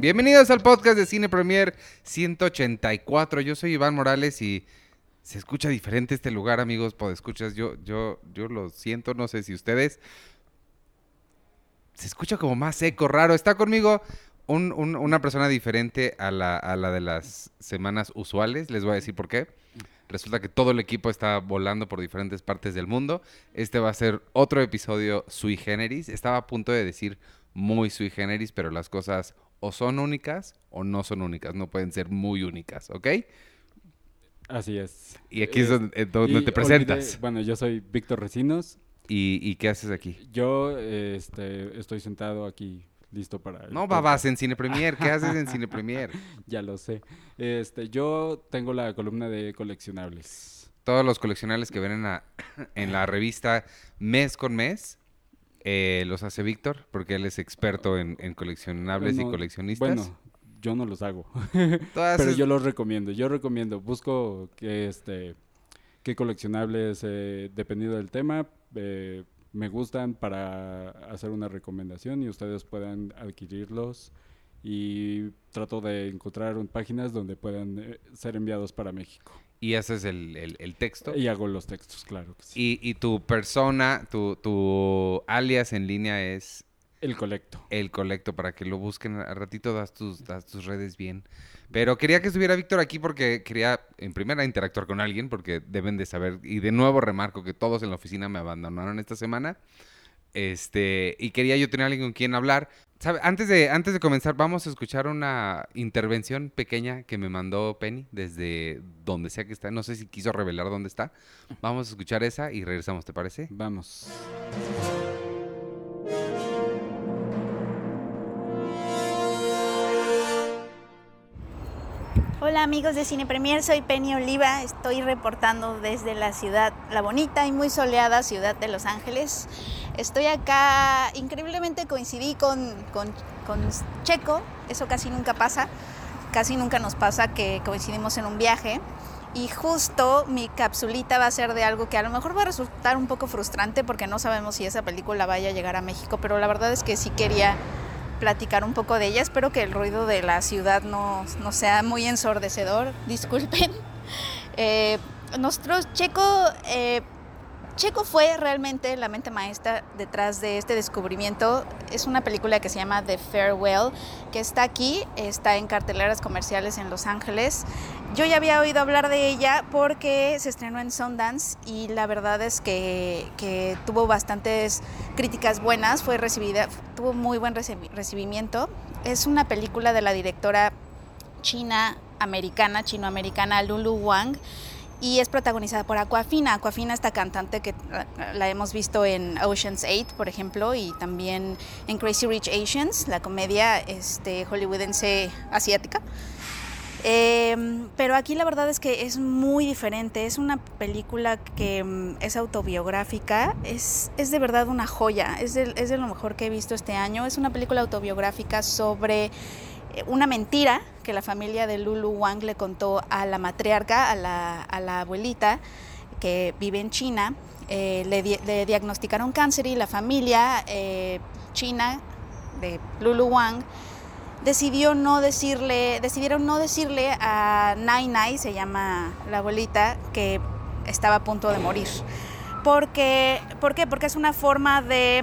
Bienvenidos al podcast de Cine Premier 184. Yo soy Iván Morales y se escucha diferente este lugar, amigos. Podescuchas, yo lo siento, no sé si ustedes. Se escucha como más eco, raro. Está conmigo una persona diferente a la de las semanas usuales. Les voy a decir por qué. Resulta que todo el equipo está volando por diferentes partes del mundo. Este va a ser otro episodio sui generis. Estaba a punto de decir muy sui generis, pero las cosas o son únicas o no son únicas. No pueden ser muy únicas, ¿ok? Así es. Y aquí es donde te presentas. Bueno, yo soy Víctor Recinos. ¿Y qué haces aquí? Yo estoy sentado aquí listo para... No babas en Cine Premier. ¿Qué haces en Cine Premier? Ya lo sé. Yo tengo la columna de coleccionables. Todos los coleccionables que ven en la revista mes con mes los hace Víctor, porque él es experto en coleccionables y coleccionistas. Bueno, yo no los hago, pero yo los recomiendo. Busco qué coleccionables, dependiendo del tema, me gustan para hacer una recomendación y ustedes puedan adquirirlos. Y trato de encontrar páginas donde puedan ser enviados para México. Y haces el texto. Y hago los textos, claro que sí. Y tu persona, tu alias en línea es... El Colecto. El Colecto, para que lo busquen. Al ratito das tus redes bien. Pero quería que estuviera Víctor aquí porque quería, en primera, interactuar con alguien, porque deben de saber. Y de nuevo remarco que todos en la oficina me abandonaron esta semana. Y quería yo tener alguien con quien hablar. ¿Sabe? Antes de comenzar, vamos a escuchar una intervención pequeña que me mandó Penny desde donde sea que está. No sé si quiso revelar dónde está. Vamos a escuchar esa y regresamos, ¿te parece? Vamos. Hola amigos de Cine Premier, soy Penny Oliva, estoy reportando desde la bonita y muy soleada ciudad de Los Ángeles. Estoy acá, increíblemente coincidí con Checo, eso casi nunca pasa, casi nunca nos pasa que coincidimos en un viaje. Y justo mi capsulita va a ser de algo que a lo mejor va a resultar un poco frustrante porque no sabemos si esa película vaya a llegar a México, pero la verdad es que sí quería platicar un poco de ella. Espero que el ruido de la ciudad no sea muy ensordecedor, disculpen. Checo fue realmente la mente maestra detrás de este descubrimiento. Es una película que se llama The Farewell, que está aquí, está en carteleras comerciales en Los Ángeles. Yo ya había oído hablar de ella porque se estrenó en Sundance y la verdad es que tuvo bastantes críticas buenas, tuvo muy buen recibimiento. Es una película de la directora chinoamericana Lulu Wang, y es protagonizada por Awkwafina. Awkwafina, esta cantante que la hemos visto en Ocean's 8, por ejemplo, y también en Crazy Rich Asians, la comedia hollywoodense asiática. Pero aquí la verdad es que es muy diferente. Es una película que es autobiográfica. Es de verdad una joya. Es de lo mejor que he visto este año. Es una película autobiográfica sobre una mentira que la familia de Lulu Wang le contó a la matriarca, a la abuelita que vive en China. Le diagnosticaron cáncer y la familia china de Lulu Wang decidieron no decirle a Nai Nai, se llama la abuelita, que estaba a punto de morir. ¿Por qué? Porque es una forma de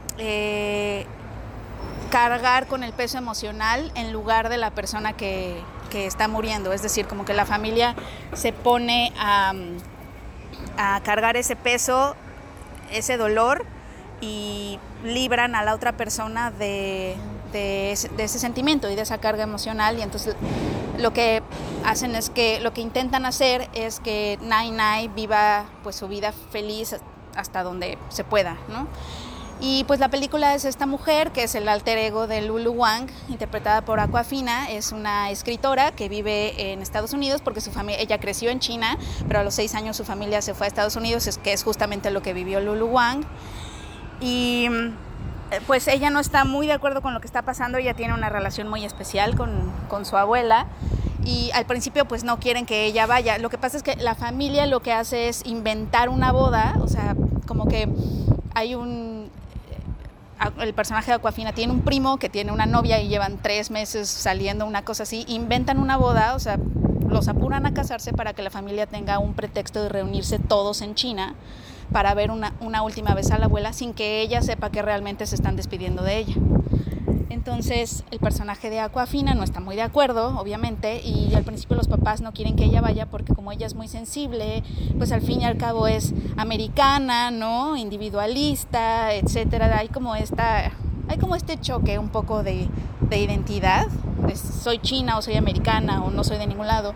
cargar con el peso emocional en lugar de la persona que está muriendo. Es decir, como que la familia se pone a cargar ese peso, ese dolor, y libran a la otra persona de ese sentimiento y de esa carga emocional. Y entonces lo que intentan hacer es que Nai Nai viva pues su vida feliz hasta donde se pueda, ¿no? Y pues la película es esta mujer que es el alter ego de Lulu Wang, interpretada por Awkwafina. Es una escritora que vive en Estados Unidos porque ella creció en China, pero a los 6 años su familia se fue a Estados Unidos, que es justamente lo que vivió Lulu Wang. Y pues ella no está muy de acuerdo con lo que está pasando. Ella tiene una relación muy especial con su abuela y al principio pues no quieren que ella vaya. Lo que pasa es que la familia lo que hace es inventar una boda, o sea, como que hay el personaje de Awkwafina tiene un primo que tiene una novia y llevan 3 meses saliendo, una cosa así, inventan una boda, o sea, los apuran a casarse para que la familia tenga un pretexto de reunirse todos en China para ver una última vez a la abuela sin que ella sepa que realmente se están despidiendo de ella. Entonces el personaje de Awkwafina no está muy de acuerdo, obviamente, y al principio los papás no quieren que ella vaya porque como ella es muy sensible, pues al fin y al cabo es americana, ¿no? Individualista, etcétera. Hay como este choque un poco de identidad, de soy china o soy americana o no soy de ningún lado,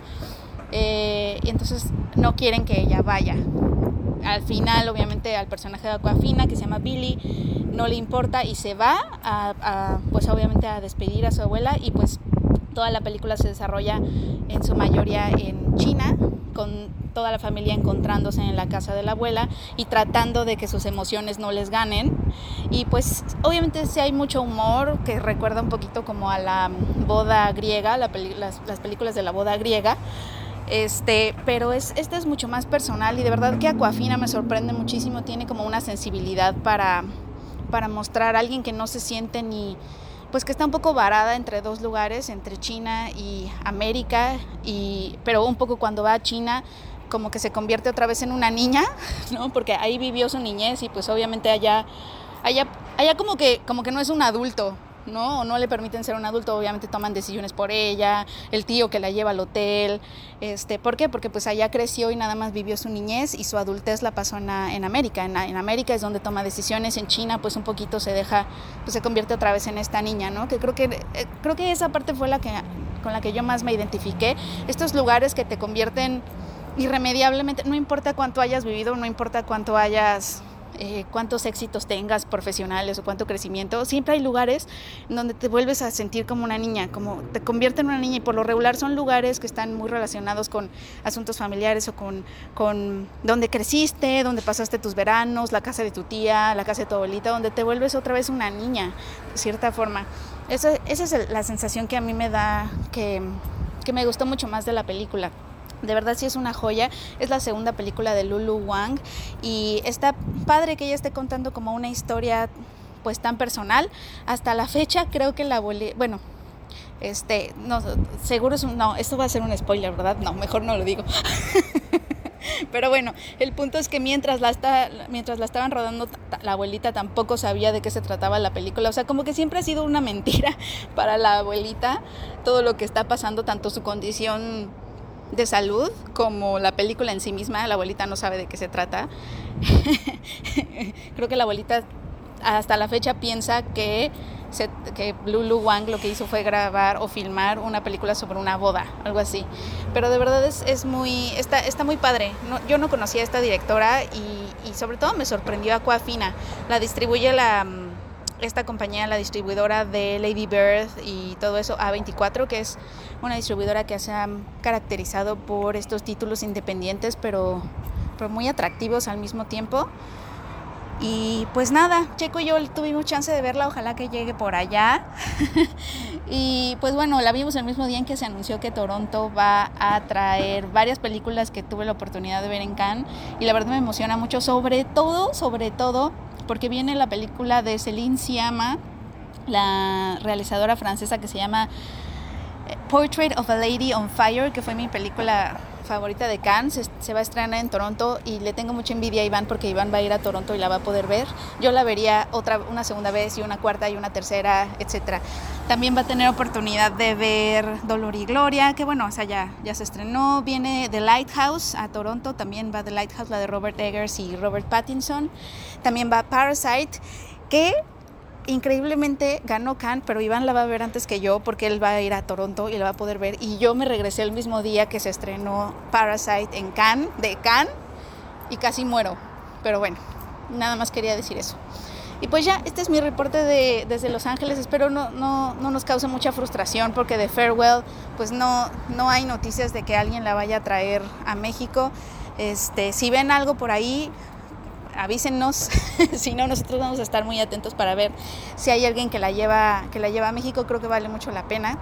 y entonces no quieren que ella vaya. Al final, obviamente, al personaje de Awkwafina, que se llama Billy, no le importa y se va pues obviamente a despedir a su abuela, y pues toda la película se desarrolla en su mayoría en China, con toda la familia encontrándose en la casa de la abuela y tratando de que sus emociones no les ganen. Y pues obviamente sí hay mucho humor que recuerda un poquito como a la boda griega, las películas de la boda griega. Pero este es mucho más personal, y de verdad que Awkwafina me sorprende muchísimo. Tiene como una sensibilidad para mostrar a alguien que no se siente pues que está un poco varada entre dos lugares, entre China y América, pero un poco cuando va a China como que se convierte otra vez en una niña, ¿no? Porque ahí vivió su niñez y pues obviamente allá como que no es un adulto, ¿no? O no le permiten ser un adulto, obviamente toman decisiones por ella, el tío que la lleva al hotel, ¿por qué? Porque pues allá creció y nada más vivió su niñez, y su adultez la pasó en América. En América es donde toma decisiones. En China pues un poquito se convierte otra vez en esta niña, ¿no? Que creo que esa parte fue con la que yo más me identifiqué. Estos lugares que te convierten irremediablemente, no importa cuánto hayas vivido, no importa cuántos éxitos tengas profesionales o cuánto crecimiento, siempre hay lugares donde te vuelves a sentir como una niña, como te convierte en una niña, y por lo regular son lugares que están muy relacionados con asuntos familiares o con donde creciste, donde pasaste tus veranos, la casa de tu tía, la casa de tu abuelita, donde te vuelves otra vez una niña, de cierta forma. Esa es la sensación que a mí me da, que me gustó mucho más de la película. De verdad sí es una joya. Es la segunda película de Lulu Wang y está padre que ella esté contando como una historia pues tan personal. Hasta la fecha creo que la abuelita, bueno, no, seguro no, esto va a ser un spoiler, ¿verdad? No, mejor no lo digo. Pero bueno, el punto es que mientras la estaban rodando, la abuelita tampoco sabía de qué se trataba la película. O sea, como que siempre ha sido una mentira para la abuelita todo lo que está pasando, tanto su condición de salud como la película en sí misma. La abuelita no sabe de qué se trata. Creo que la abuelita hasta la fecha piensa que Lulu Wang lo que hizo fue grabar o filmar una película sobre una boda, algo así. Pero de verdad está muy padre. Yo no conocía a esta directora y sobre todo me sorprendió Awkwafina. La distribuye esta compañía, la distribuidora de Lady Bird y todo eso, A24, que es una distribuidora que se ha caracterizado por estos títulos independientes, pero muy atractivos al mismo tiempo. Y pues nada, Checo y yo tuvimos chance de verla, ojalá que llegue por allá. Y pues bueno, la vimos el mismo día en que se anunció que Toronto va a traer varias películas que tuve la oportunidad de ver en Cannes, y la verdad me emociona mucho, sobre todo porque viene la película de Céline Sciamma, la realizadora francesa, que se llama Portrait of a Lady on Fire, que fue mi película favorita de Cannes. Se va a estrenar en Toronto y le tengo mucha envidia a Iván porque Iván va a ir a Toronto y la va a poder ver. Yo la vería una segunda vez y una cuarta y una tercera, etcétera. También va a tener oportunidad de ver Dolor y Gloria, que bueno, o sea, ya se estrenó. Viene The Lighthouse a Toronto, también va The Lighthouse, la de Robert Eggers y Robert Pattinson. También va Parasite, que increíblemente ganó Cannes, pero Iván la va a ver antes que yo porque él va a ir a Toronto y la va a poder ver, y yo me regresé el mismo día que se estrenó Parasite de Cannes, y casi muero, pero bueno, nada más quería decir eso. Y pues ya, este es mi reporte desde Los Ángeles. Espero no nos cause mucha frustración, porque de Farewell pues no hay noticias de que alguien la vaya a traer a México. Si ven algo por ahí, avísennos. Si no, nosotros vamos a estar muy atentos para ver si hay alguien que la lleva a México. Creo que vale mucho la pena.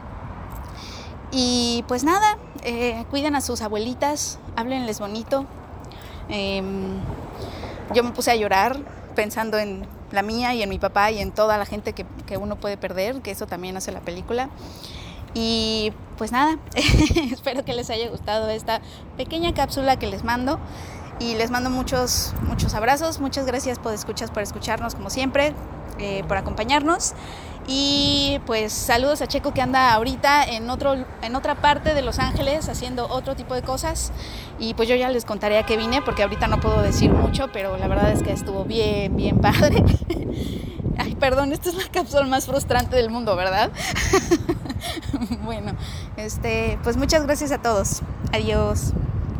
Y pues nada, cuiden a sus abuelitas, háblenles bonito. Yo me puse a llorar pensando en la mía y en mi papá y en toda la gente que uno puede perder, que eso también hace la película. Y pues nada, espero que les haya gustado esta pequeña cápsula que les mando. Y les mando muchos abrazos. Muchas gracias por escucharnos como siempre, por acompañarnos. Y pues saludos a Checo, que anda ahorita en otra parte de Los Ángeles haciendo otro tipo de cosas. Y pues yo ya les contaré a qué vine, porque ahorita no puedo decir mucho, pero la verdad es que estuvo bien, bien padre. Ay, perdón, esta es la cápsula más frustrante del mundo, ¿verdad? Bueno, pues muchas gracias a todos. Adiós.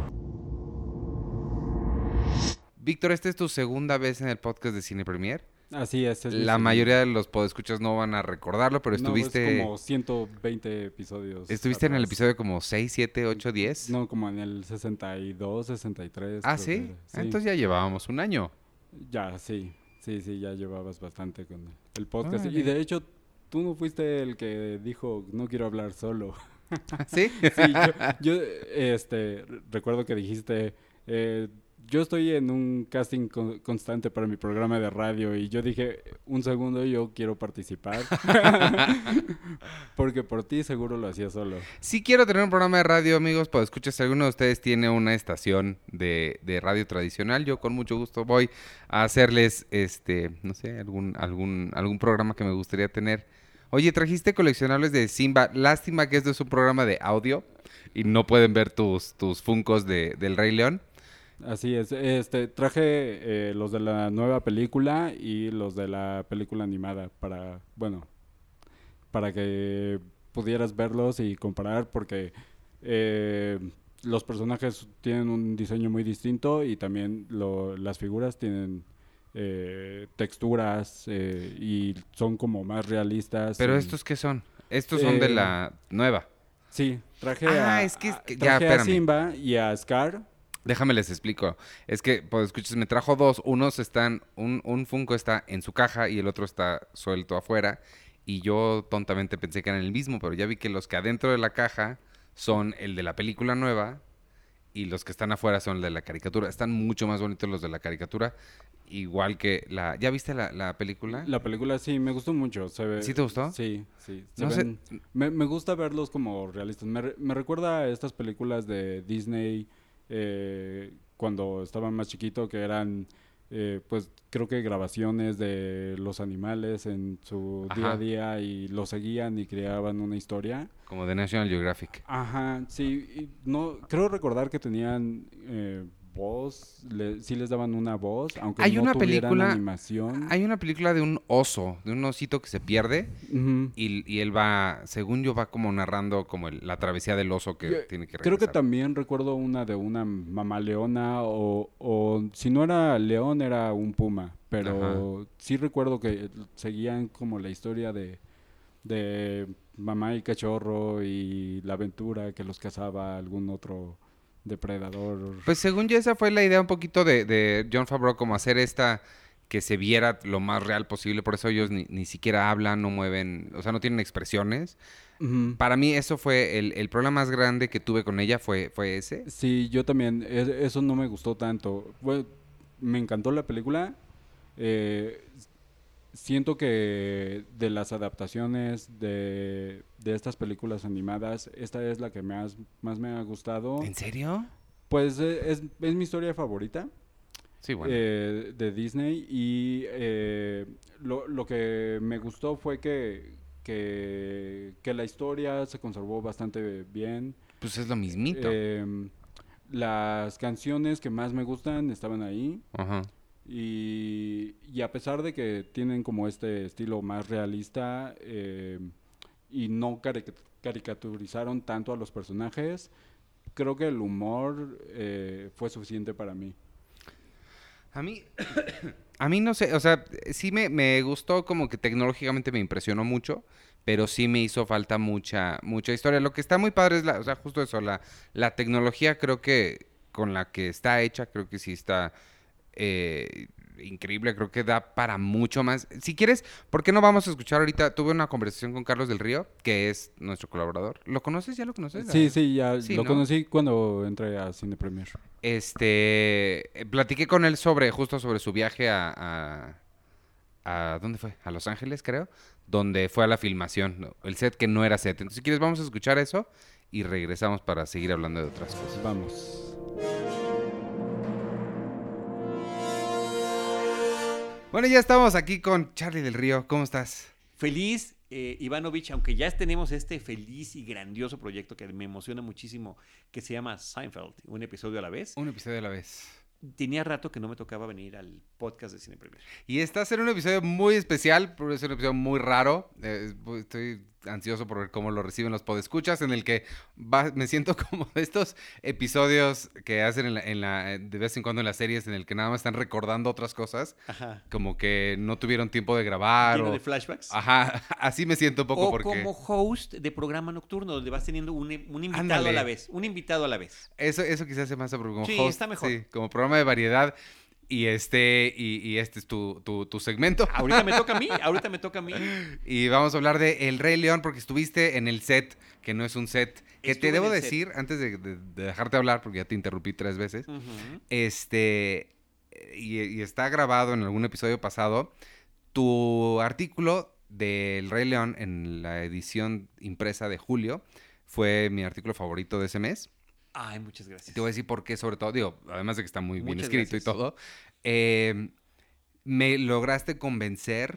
Víctor, ¿esta es tu segunda vez en el podcast de Cine Premier? Así es. La mayoría de los podescuchas no van a recordarlo, pero estuviste... No, es como 120 episodios. ¿Estuviste en el episodio como 6, 7, 8, 10? No, como en el 62, 63. ¿Ah, sí? Entonces ya llevábamos un año. Ya, sí. Sí, ya llevabas bastante con el podcast. Y de hecho, tú no fuiste el que dijo, no quiero hablar solo. ¿Sí? Sí, yo recuerdo que dijiste... yo estoy en un casting constante para mi programa de radio y yo dije, un segundo, yo quiero participar. Porque por ti seguro lo hacía solo. Sí quiero tener un programa de radio, amigos. Pues escuchar si alguno de ustedes tiene una estación de radio tradicional, yo con mucho gusto voy a hacerles, no sé, algún programa que me gustaría tener. Oye, trajiste coleccionables de Simba. Lástima que esto es un programa de audio y no pueden ver tus Funkos del Rey León. Así es, traje los de la nueva película y los de la película animada para que pudieras verlos y comparar, porque los personajes tienen un diseño muy distinto y también las figuras tienen texturas y son como más realistas. ¿Pero estos qué son? Estos son de la nueva. Sí, traje a Simba y a Scar. Déjame les explico. Es que, pues escuchas, me trajo dos. Un Funko está en su caja y el otro está suelto afuera. Y yo tontamente pensé que eran el mismo, pero ya vi que los que adentro de la caja son el de la película nueva y los que están afuera son el de la caricatura. Están mucho más bonitos los de la caricatura, igual que la... ¿Ya viste la película? La película sí, me gustó mucho. ¿Sí te gustó? Sí. No sé. Me gusta verlos como realistas. Me recuerda a estas películas de Disney... cuando estaba más chiquito, que eran pues creo que grabaciones de los animales en su día a día y los seguían y creaban una historia. Como de National Geographic. Ajá, sí. No, creo recordar que tenían voz, sí les daban una voz, aunque no tuvieran animación. Hay una película de un oso, de un osito que se pierde y él va, según yo, va como narrando como la travesía del oso que tiene que regresar. Creo que también recuerdo una de una mamá leona o si no era león era un puma, pero sí recuerdo que seguían como la historia de mamá y cachorro y la aventura que los cazaba algún otro depredador. Pues según yo esa fue la idea un poquito de Jon Favreau, como hacer que se viera lo más real posible. Por eso ellos ni siquiera hablan, no mueven, o sea, no tienen expresiones. Para mí eso fue el problema más grande que tuve con ella fue ese. Sí, yo también, eso no me gustó tanto. Bueno, me encantó la película. Siento que de las adaptaciones de estas películas animadas, esta es la que más me ha gustado. ¿En serio? Pues es mi historia favorita. Sí, bueno. De Disney. Y lo que me gustó fue que la historia se conservó bastante bien. Pues es lo mismito. Las canciones que más me gustan estaban ahí. Ajá. Y a pesar de que tienen como este estilo más realista y no caricaturizaron tanto a los personajes, creo que el humor fue suficiente para mí. A mí no sé, o sea, sí me gustó, como que tecnológicamente me impresionó mucho, pero sí me hizo falta mucha historia. Lo que está muy padre es o sea, justo eso, la tecnología creo que con la que está hecha, creo que sí está... increíble, creo que da para mucho más. Si quieres, ¿por qué no vamos a escuchar ahorita? Tuve una conversación con Carlos del Río, que es nuestro colaborador. ¿Lo conoces? ¿Ya lo conoces? Sí, ya lo conocí cuando entré a Cine Premier. Platiqué con él justo sobre su viaje a ¿dónde fue? A Los Ángeles, creo, donde fue a la filmación, ¿no? El set que no era set. Entonces, si quieres, vamos a escuchar eso y regresamos para seguir hablando de otras cosas. Vamos. Bueno, ya estamos aquí con Charlie del Río. ¿Cómo estás? Feliz, Ivanovich, aunque ya tenemos este feliz y grandioso proyecto que me emociona muchísimo, que se llama Seinfeld, un episodio a la vez. Un episodio a la vez. Tenía rato que no me tocaba venir al podcast de Cine Premier. Y está a ser un episodio muy especial, porque es un episodio muy raro. Estoy ansioso por ver cómo lo reciben los podescuchas, en el que me siento como de estos episodios que hacen de vez en cuando en las series, en el que nada más están recordando otras cosas, Ajá. como que no tuvieron tiempo de grabar. Lleno de flashbacks. Ajá, así me siento un poco o porque... como host de programa nocturno, donde vas teniendo un invitado Ándale. a la vez. Un invitado a la vez. Eso quizás se me hace como Sí, host, está mejor. sí, como programa de variedad. Y este es tu segmento. Ahorita me toca a mí. Y vamos a hablar de El Rey León porque estuviste en el set, que no es un set. Que Estuve te debo en el decir, antes de dejarte hablar, porque ya te interrumpí 3 veces, Ujú. y está grabado en algún episodio pasado, tu artículo del Rey León en la edición impresa de julio fue mi artículo favorito de ese mes. Ay, muchas gracias. Te voy a decir por qué, sobre todo, digo, además de que está muy bien Muchas escrito gracias. y todo, me lograste convencer,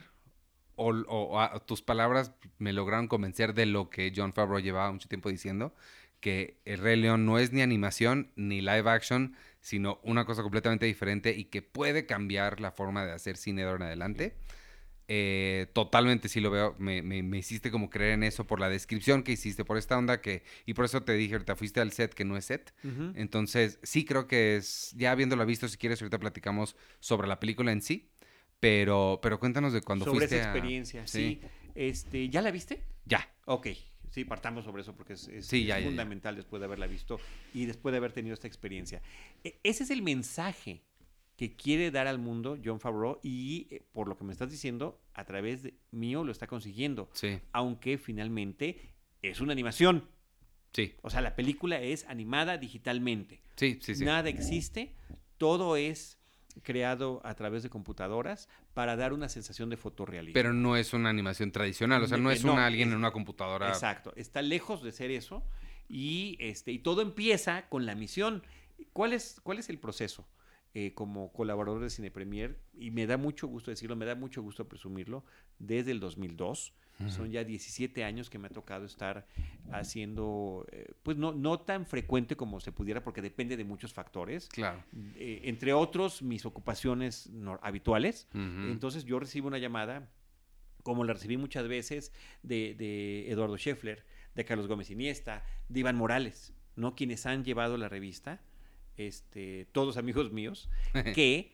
tus palabras me lograron convencer de lo que Jon Favreau llevaba mucho tiempo diciendo, que El Rey León no es ni animación ni live action, sino una cosa completamente diferente y que puede cambiar la forma de hacer cine de ahora en adelante. Totalmente sí lo veo, me hiciste como creer en eso por la descripción que hiciste, por esta onda y por eso te dije, ahorita fuiste al set que no es set. Ujú. Entonces sí creo que ya habiéndolo visto, si quieres ahorita platicamos sobre la película en sí, pero cuéntanos de cuando Sobre fuiste esa experiencia, sí. sí. ¿Ya la viste? Ya. Ok, sí, partamos sobre eso porque es Sí, ya. fundamental después de haberla visto y después de haber tenido esta experiencia. Ese es el mensaje que quiere dar al mundo Jon Favreau y por lo que me estás diciendo, a través de mío lo está consiguiendo. Sí, Aunque finalmente es una animación. sí, O sea, la película es animada digitalmente. sí. Nada existe, todo es creado a través de computadoras para dar una sensación de fotorrealismo. Pero no es una animación tradicional, o sea, no es alguien en una computadora. Exacto, está lejos de ser eso y todo empieza con la misión. ¿Cuál es el proceso? Como colaborador de Cine Premier, y me da mucho gusto decirlo, me da mucho gusto presumirlo, desde el 2002. Son ya 17 años que me ha tocado estar haciendo, pues no tan frecuente como se pudiera, porque depende de muchos factores. Claro. Entre otros, mis ocupaciones habituales. Ujú. Entonces yo recibo una llamada, como la recibí muchas veces, de Eduardo Scheffler, de Carlos Gómez Iniesta, de Iván Morales, ¿no? Quienes han llevado la revista, todos amigos míos, que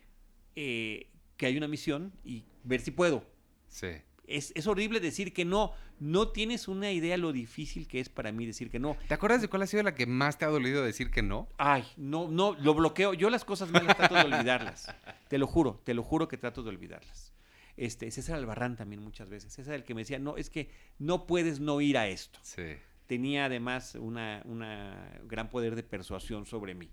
hay una misión y ver si puedo. Sí. Es horrible decir que no tienes una idea lo difícil que es para mí decir que no. ¿Te acuerdas de cuál ha sido la que más te ha dolido decir que no? Ay, no, lo bloqueo. Yo las cosas malas trato de olvidarlas. Te lo juro que trato de olvidarlas. César Albarrán también muchas veces. César el que me decía, no, es que no puedes no ir a esto. Sí. Tenía además una gran poder de persuasión sobre mí.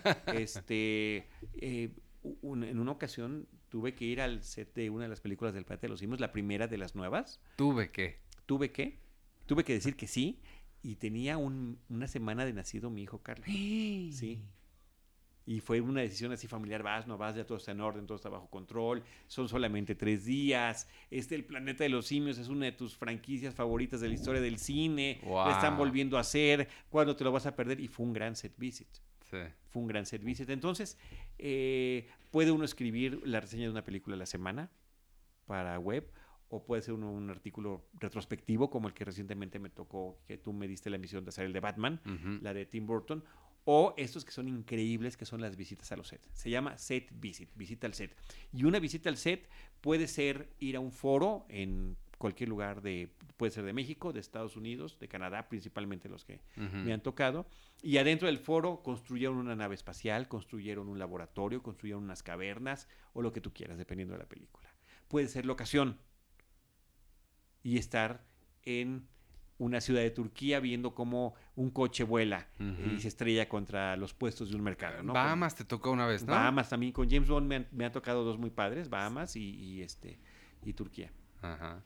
En una ocasión tuve que ir al set de una de las películas del Planeta de los Simios, la primera de las nuevas. Tuve que Decir que sí, y tenía una semana de nacido mi hijo Carlos. Sí. Y fue una decisión así familiar, no vas, ya todo está en orden, todo está bajo control, son solamente 3 días, El Planeta de los Simios es una de tus franquicias favoritas de la historia del cine, Wow. la están volviendo a hacer, ¿cuándo te lo vas a perder? Y fue un gran set visit. Sí. Fue un gran set visit. Entonces, puede uno escribir la reseña de una película a la semana para web, o puede ser un artículo retrospectivo, como el que recientemente me tocó, que tú me diste la misión de hacer el de Batman, Ujú. la de Tim Burton, o estos que son increíbles, que son las visitas a los sets. Se llama set visit, visita al set. Y una visita al set puede ser ir a un foro en cualquier lugar puede ser de México, de Estados Unidos, de Canadá, principalmente los que me han tocado, y adentro del foro construyeron una nave espacial, construyeron un laboratorio, construyeron unas cavernas, o lo que tú quieras, dependiendo de la película. Puede ser locación, y estar en una ciudad de Turquía viendo cómo un coche vuela y se estrella contra los puestos de un mercado, ¿no? Bahamas te tocó una vez, ¿no? Bahamas también, con James Bond me han tocado 2 muy padres, Bahamas y y Turquía. Ajá.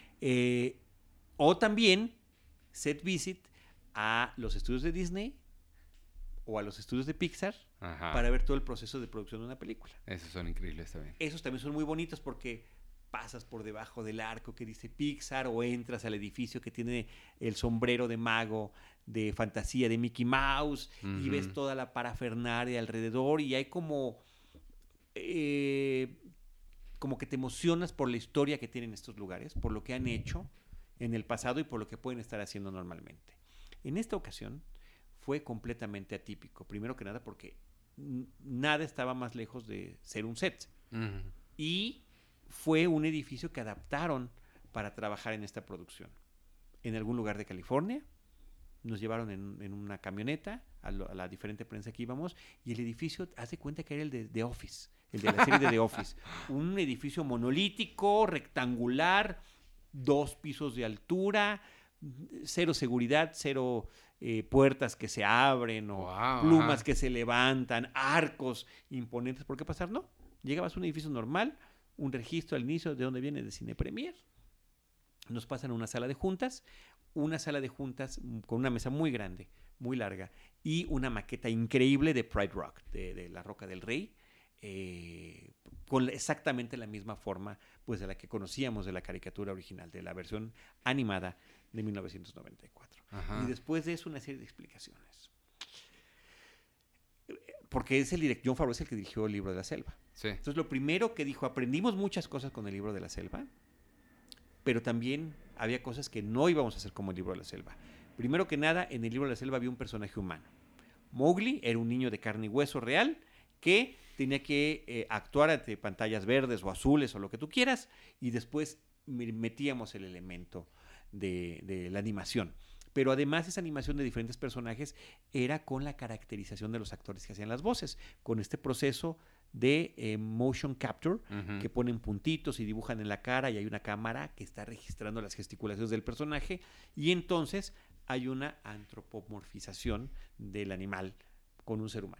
O también set visit a los estudios de Disney o a los estudios de Pixar para ver todo el proceso de producción de una película. Esos son increíbles también. Esos también son muy bonitos porque pasas por debajo del arco que dice Pixar o entras al edificio que tiene el sombrero de mago de fantasía de Mickey Mouse y ves toda la parafernalia alrededor y hay como que te emocionas por la historia que tienen estos lugares, por lo que han hecho en el pasado y por lo que pueden estar haciendo normalmente. En esta ocasión fue completamente atípico, primero que nada porque nada estaba más lejos de ser un set. Y fue un edificio que adaptaron para trabajar en esta producción. En algún lugar de California, nos llevaron en una camioneta a la diferente prensa que íbamos, y el edificio, hace cuenta que era el de The Office, el de la serie de The Office. Un edificio monolítico, rectangular, 2 pisos de altura, 0 seguridad, 0 puertas que se abren o plumas que se levantan, arcos imponentes. ¿Por qué pasar? No. Llegabas a un edificio normal, un registro al inicio de dónde viene de Cine Premier. Nos pasan a una sala de juntas con una mesa muy grande, muy larga, y una maqueta increíble de Pride Rock, de La Roca del Rey, con exactamente la misma forma pues, de la que conocíamos de la caricatura original, de la versión animada de 1994. Y después de eso, una serie de explicaciones. Porque es Jon Favreau es el que dirigió El Libro de la Selva. Sí. Entonces, lo primero que dijo, aprendimos muchas cosas con El Libro de la Selva, pero también había cosas que no íbamos a hacer como El Libro de la Selva. Primero que nada, en El Libro de la Selva había un personaje humano. Mowgli era un niño de carne y hueso real que tenía que actuar ante pantallas verdes o azules o lo que tú quieras, y después metíamos el elemento de la animación. Pero además esa animación de diferentes personajes era con la caracterización de los actores que hacían las voces, con este proceso de motion capture, que ponen puntitos y dibujan en la cara, y hay una cámara que está registrando las gesticulaciones del personaje, y entonces hay una antropomorfización del animal con un ser humano.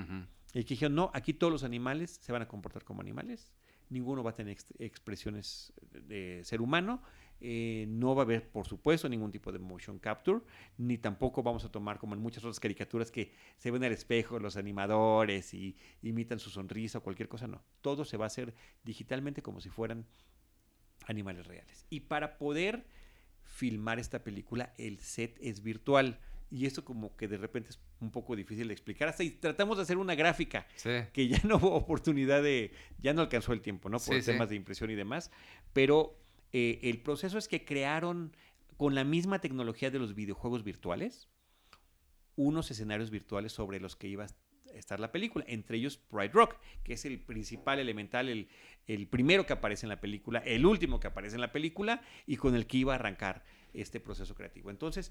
Y que dijeron, no, aquí todos los animales se van a comportar como animales, ninguno va a tener expresiones de ser humano, no va a haber, por supuesto, ningún tipo de motion capture, ni tampoco vamos a tomar, como en muchas otras caricaturas, que se ven al espejo los animadores y imitan su sonrisa o cualquier cosa. No, todo se va a hacer digitalmente como si fueran animales reales. Y para poder filmar esta película, el set es virtual. Y esto como que de repente es un poco difícil de explicar. Hasta y tratamos de hacer una gráfica que ya no hubo oportunidad ya no alcanzó el tiempo, ¿no? Por temas de impresión y demás. Pero el proceso es que crearon, con la misma tecnología de los videojuegos virtuales, unos escenarios virtuales sobre los que iba a estar la película. Entre ellos Pride Rock, que es el principal elemental, el primero que aparece en la película, el último que aparece en la película, y con el que iba a arrancar este proceso creativo. Entonces,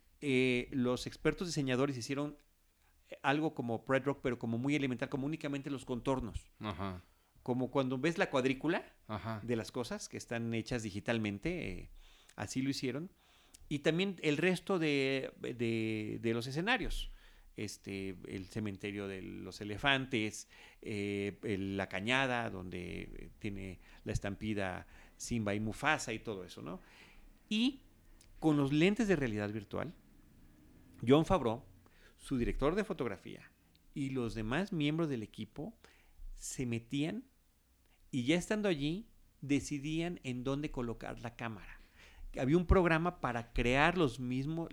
los expertos diseñadores hicieron algo como Pride Rock, pero como muy elemental, como únicamente los contornos. Como cuando ves la cuadrícula de las cosas que están hechas digitalmente, así lo hicieron. Y también el resto de los escenarios. El cementerio de los elefantes, la cañada donde tiene la estampida Simba y Mufasa y todo eso, ¿no? Y con los lentes de realidad virtual, Jon Favreau, su director de fotografía y los demás miembros del equipo se metían y ya estando allí decidían en dónde colocar la cámara. Había un programa para crear los mismos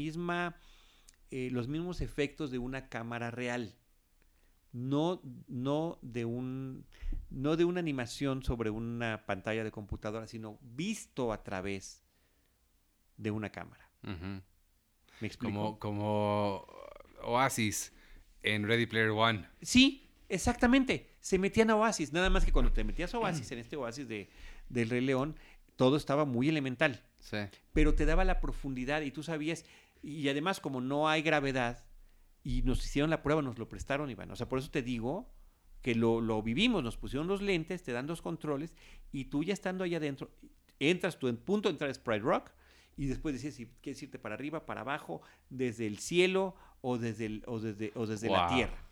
efectos de una cámara real, no de una animación sobre una pantalla de computadora, sino visto a través de una cámara. ¿Me explico? Como Oasis en Ready Player One. Sí, exactamente. Se metían a Oasis. Nada más que cuando te metías a Oasis, en este Oasis del Rey León, todo estaba muy elemental. Sí. Pero te daba la profundidad y tú sabías. Y además, como no hay gravedad, y nos hicieron la prueba, nos lo prestaron, Iván. O sea, por eso te digo que lo vivimos. Nos pusieron los lentes, te dan los controles, y tú ya estando allá adentro, entras, tu punto de entrar es Pride Rock, y después decides si quieres irte para arriba, para abajo, desde el cielo o desde la tierra.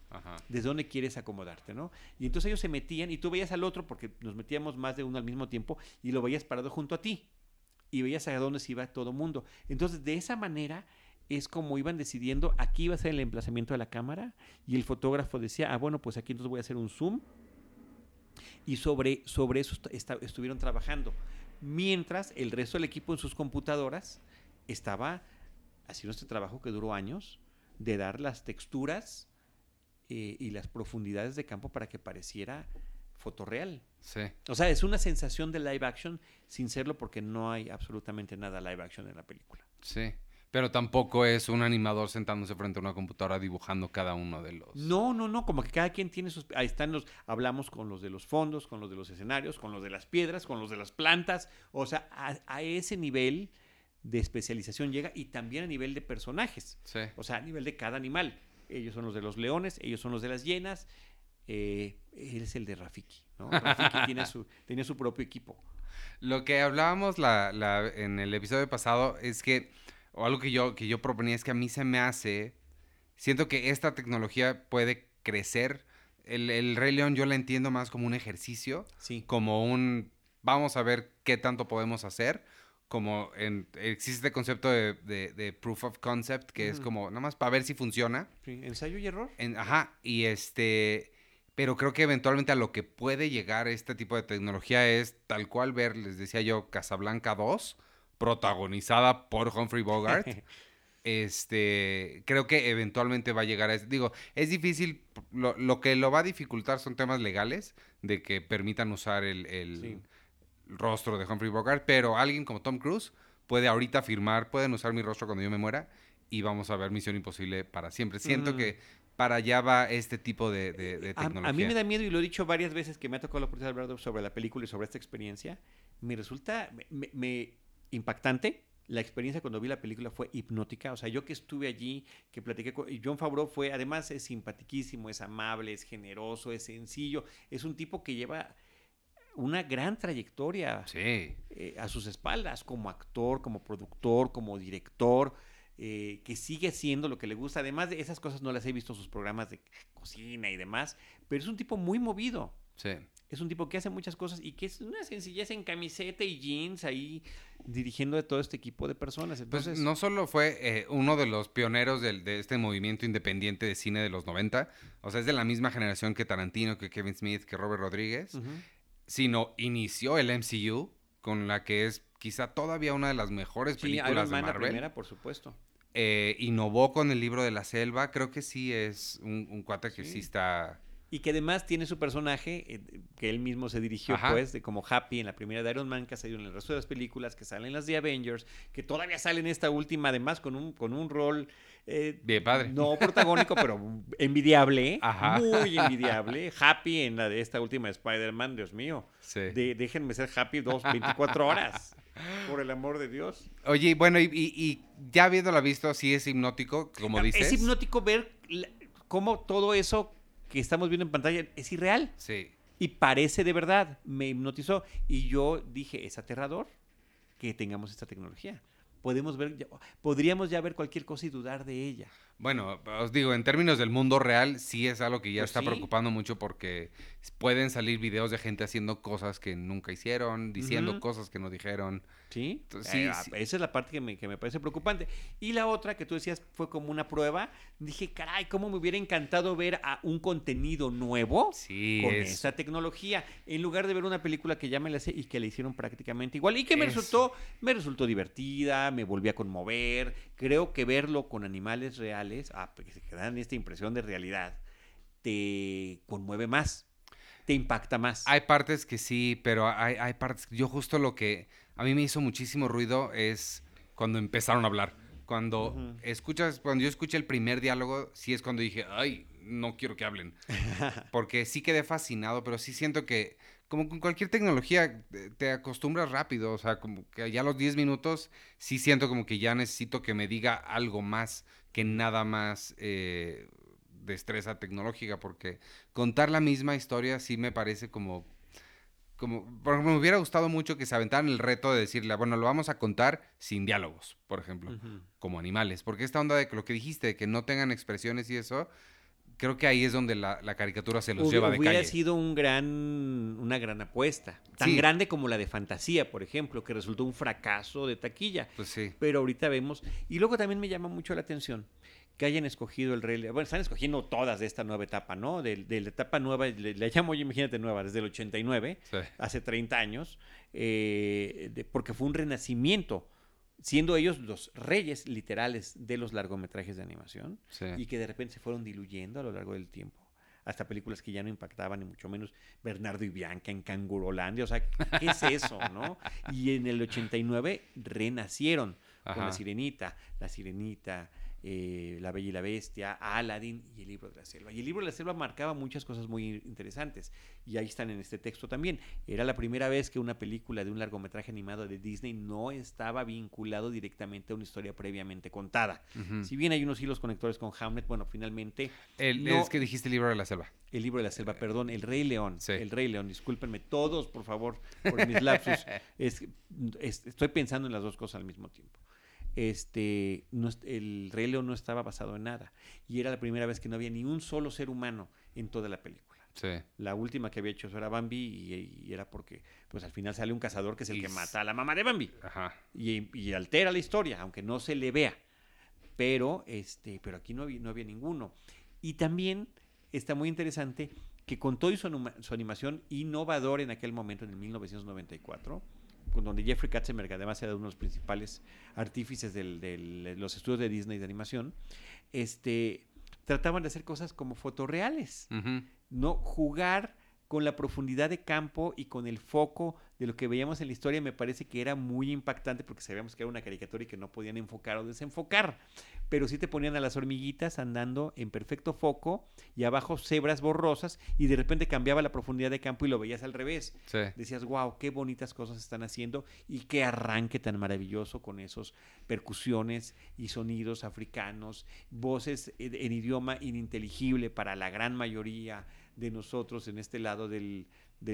Ajá. ¿Desde dónde quieres acomodarte, no? Y entonces ellos se metían y tú veías al otro, porque nos metíamos más de uno al mismo tiempo, y lo veías parado junto a ti. Y veías a dónde se iba todo mundo. Entonces, de esa manera es como iban decidiendo, aquí iba a ser el emplazamiento de la cámara, y el fotógrafo decía, bueno, pues aquí entonces voy a hacer un zoom, y sobre eso estuvieron trabajando. Mientras el resto del equipo en sus computadoras estaba haciendo este trabajo que duró años, de dar las texturas y las profundidades de campo para que pareciera fotorreal. Sí. O sea, es una sensación de live action sin serlo, porque no hay absolutamente nada live action en la película. Sí. Pero tampoco es un animador sentándose frente a una computadora dibujando cada uno de los... No, como que cada quien tiene sus... Ahí están hablamos con los de los fondos, con los de los escenarios, con los de las piedras, con los de las plantas. O sea, a ese nivel de especialización llega, y también a nivel de personajes. Sí. O sea, a nivel de cada animal. Ellos son los de los leones, ellos son los de las hienas. Él es el de Rafiki, ¿no? Rafiki tiene su propio equipo. Lo que hablábamos en el episodio pasado es que, o algo que yo proponía, es que a mí se me hace, siento que esta tecnología puede crecer. El Rey León yo la entiendo más como un ejercicio, Sí. como vamos a ver qué tanto podemos hacer, como existe este concepto de proof of concept, que es como nada más para ver si funciona. Sí, ensayo y error. Pero creo que eventualmente a lo que puede llegar este tipo de tecnología es tal cual ver, les decía yo, Casablanca 2, protagonizada por Humphrey Bogart. Creo que eventualmente va a llegar a eso. Digo, es difícil, lo que lo va a dificultar son temas legales, de que permitan usar el rostro de Humphrey Bogart, pero alguien como Tom Cruise puede ahorita afirmar, pueden usar mi rostro cuando yo me muera, y vamos a ver Misión Imposible para siempre. Siento que para allá va este tipo de tecnología. A mí me da miedo, y lo he dicho varias veces que me ha tocado la oportunidad de hablar sobre la película y sobre esta experiencia. Me resulta impactante. La experiencia cuando vi la película fue hipnótica. O sea, yo que estuve allí, que platiqué con Jon Favreau, además es simpatiquísimo, es amable, es generoso, es sencillo. Es un tipo que lleva una gran trayectoria a sus espaldas, como actor, como productor, como director. Que sigue haciendo lo que le gusta. Además de esas cosas, no las he visto en sus programas de cocina y demás, pero es un tipo muy movido. Sí. Es un tipo que hace muchas cosas y que es una sencillez en camiseta y jeans ahí dirigiendo de todo este equipo de personas. Entonces, pues no solo fue uno de los pioneros de este movimiento independiente de cine de los 90, o sea, es de la misma generación que Tarantino, que Kevin Smith, que Robert Rodríguez, sino inició el MCU, con la que es quizá todavía una de las mejores películas Iron Man, de Marvel. La primera, por supuesto. Innovó con el libro de la selva. Creo que sí es un cuate que sí está... Y que además tiene su personaje, que él mismo se dirigió, pues, de como Happy en la primera de Iron Man, que ha salido en el resto de las películas, que salen las de Avengers, que todavía sale en esta última, además con un rol... bien padre. No protagónico, pero envidiable. Ajá. Muy envidiable. Happy en la de esta última de Spider-Man, Dios mío. Sí. Déjenme ser Happy 24 horas. Por el amor de Dios. Oye, bueno, y ya habiéndola visto, sí es hipnótico, como dices. Es hipnótico ver cómo todo eso que estamos viendo en pantalla es irreal. Sí. Y parece de verdad. Me hipnotizó. Y yo dije, es aterrador que tengamos esta tecnología. Podríamos ya ver cualquier cosa y dudar de ella. Bueno, os digo, en términos del mundo real, sí es algo que ya Pues está sí. preocupando mucho, porque pueden salir videos de gente haciendo cosas que nunca hicieron, diciendo cosas que no dijeron. ¿Sí? Entonces, sí. Esa es la parte que me parece preocupante. Y la otra que tú decías fue como una prueba. Dije, caray, cómo me hubiera encantado ver a un contenido nuevo con esa tecnología, en lugar de ver una película que ya me la sé y que la hicieron prácticamente igual. Y que me resultó divertida, me volví a conmover. Creo que verlo con animales reales, porque se dan esta impresión de realidad, te conmueve más, te impacta más. Hay partes que sí, pero hay partes... Yo justo lo que a mí me hizo muchísimo ruido es cuando empezaron a hablar. Cuando cuando yo escuché el primer diálogo, sí es cuando dije, ay, no quiero que hablen. Porque sí quedé fascinado, pero sí siento que, como con cualquier tecnología, te acostumbras rápido. O sea, como que ya a los 10 minutos sí siento como que ya necesito que me diga algo más que nada más destreza tecnológica, porque contar la misma historia sí me parece como por ejemplo, me hubiera gustado mucho que se aventaran el reto de decirle, bueno, lo vamos a contar sin diálogos, por ejemplo, como animales, porque esta onda de lo que dijiste, de que no tengan expresiones y eso, creo que ahí es donde la caricatura se los lleva de Hubiera calle. sido una gran apuesta. Tan grande como la de Fantasía, por ejemplo, que resultó un fracaso de taquilla. Pues sí. Pero ahorita vemos. Y luego también me llama mucho la atención que hayan escogido el Rey León. Bueno, están escogiendo todas de esta nueva etapa, ¿no? De la etapa nueva, le llamo yo, imagínate, nueva, desde el 89, Sí. hace 30 años, porque fue un renacimiento, siendo ellos los reyes literales de los largometrajes de animación, Sí. y que de repente se fueron diluyendo a lo largo del tiempo. Hasta películas que ya no impactaban, ni mucho menos Bernardo y Bianca en Cangurolandia. O sea, ¿qué es eso, no? Y en el 89 renacieron con Ajá. La Sirenita, La Bella y la Bestia, Aladdin y El Libro de la Selva. Y El Libro de la Selva marcaba muchas cosas muy interesantes. Y ahí están en este texto también. Era la primera vez que una película de un largometraje animado de Disney no estaba vinculado directamente a una historia previamente contada. Ujú. Si bien hay unos hilos conectores con Hamlet, bueno, finalmente... Es que dijiste el Libro de la Selva. El Libro de la Selva, perdón, El Rey León. Sí. El Rey León, discúlpenme todos, por favor, por mis lapsus. Estoy pensando en las dos cosas al mismo tiempo. El Rey León no estaba basado en nada. Y era la primera vez que no había ni un solo ser humano en toda la película. Sí. La última que había hecho eso era Bambi y era porque pues al final sale un cazador que es el Y que s- mata a la mamá de Bambi. Ajá. Y altera la historia, aunque no se le vea. Pero aquí no había ninguno. Y también está muy interesante que con todo y su animación innovador en aquel momento, en el 1994, con donde Jeffrey Katzenberg además era uno de los principales artífices de los estudios de Disney de animación, trataban de hacer cosas como fotorreales, Ujú. no jugar con la profundidad de campo y con el foco de lo que veíamos en la historia. Me parece que era muy impactante porque sabíamos que era una caricatura y que no podían enfocar o desenfocar, pero sí te ponían a las hormiguitas andando en perfecto foco y abajo cebras borrosas y de repente cambiaba la profundidad de campo y lo veías al revés. Sí. Decías, wow, qué bonitas cosas están haciendo y qué arranque tan maravilloso con esos percusiones y sonidos africanos, voces en idioma ininteligible para la gran mayoría de nosotros en este lado del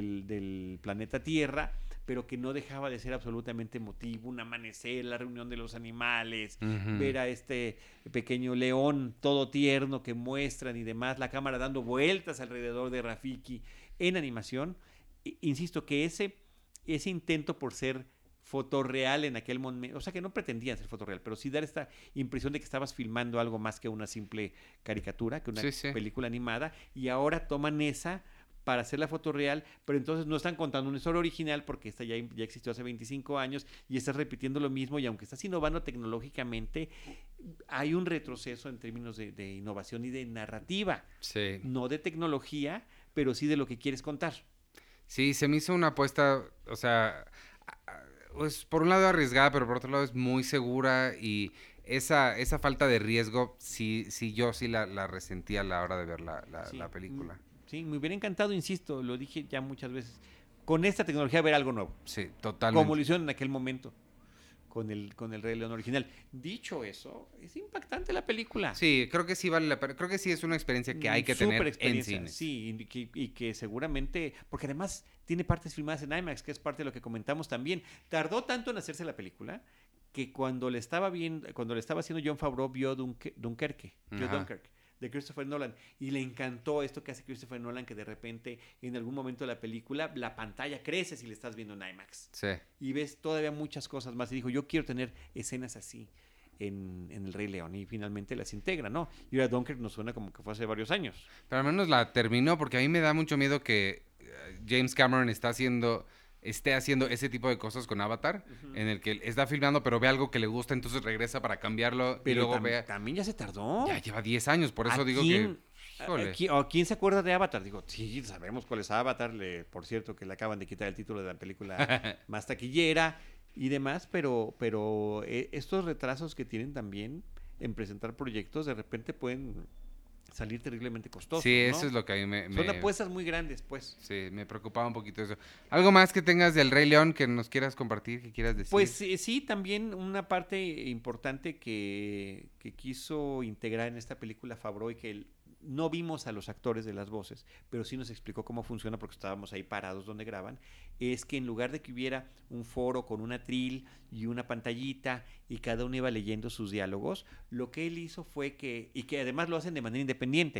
planeta Tierra, pero que no dejaba de ser absolutamente emotivo. Un amanecer, la reunión de los animales, Ujú. ver a este pequeño león todo tierno que muestran y demás, la cámara dando vueltas alrededor de Rafiki en animación. Insisto que ese intento por ser fotorreal en aquel momento, o sea que no pretendían ser fotorreal, pero sí dar esta impresión de que estabas filmando algo más que una simple caricatura, que una película animada, y ahora toman esa para hacer la foto real, pero entonces no están contando una historia original porque esta ya existió hace 25 años y estás repitiendo lo mismo, y aunque estás innovando tecnológicamente, hay un retroceso en términos de innovación y de narrativa, Sí. no de tecnología, pero sí de lo que quieres contar. Sí, se me hizo una apuesta, o sea, pues por un lado arriesgada, pero por otro lado es muy segura, y esa falta de riesgo, yo sí la resentí a la hora de ver la película. Sí, me hubiera encantado, insisto, lo dije ya muchas veces, con esta tecnología ver algo nuevo. Sí, totalmente. Como lo hicieron en aquel momento con el Rey León original. Dicho eso, es impactante la película. Sí, creo que sí vale la pena. Creo que sí es una experiencia que hay que tener en cines. Sí, y que seguramente, porque además tiene partes filmadas en IMAX, que es parte de lo que comentamos también. Tardó tanto en hacerse la película que cuando le estaba haciendo Jon Favreau, vio Dunkerque, de Christopher Nolan, y le encantó esto que hace Christopher Nolan, que de repente en algún momento de la película la pantalla crece si le estás viendo en IMAX. Sí. Y ves todavía muchas cosas más, y dijo, yo quiero tener escenas así en El Rey León, y finalmente las integra, ¿no? Y ahora Dunkirk nos suena como que fue hace varios años. Pero al menos la terminó, porque a mí me da mucho miedo que James Cameron esté haciendo ese tipo de cosas con Avatar, en el que está filmando, pero ve algo que le gusta, entonces regresa para cambiarlo, pero y luego ve... también ya se tardó. Ya lleva 10 años, por eso digo quién, que... Híjole. ¿Quién se acuerda de Avatar? Digo, sí, sabemos cuál es Avatar. Por cierto, que le acaban de quitar el título de la película más taquillera y demás, pero estos retrasos que tienen también en presentar proyectos, de repente pueden salir terriblemente costosos. Sí, ¿no? eso es lo que a mí Son apuestas muy grandes, pues. Sí, me preocupaba un poquito eso. ¿Algo más que tengas del Rey León que nos quieras compartir, que quieras decir? Pues sí, también una parte importante que quiso integrar en esta película Favreau, y que no vimos a los actores de las voces, pero sí nos explicó cómo funciona porque estábamos ahí parados donde graban, es que en lugar de que hubiera un foro con un atril y una pantallita y cada uno iba leyendo sus diálogos, lo que él hizo fue que además lo hacen de manera independiente.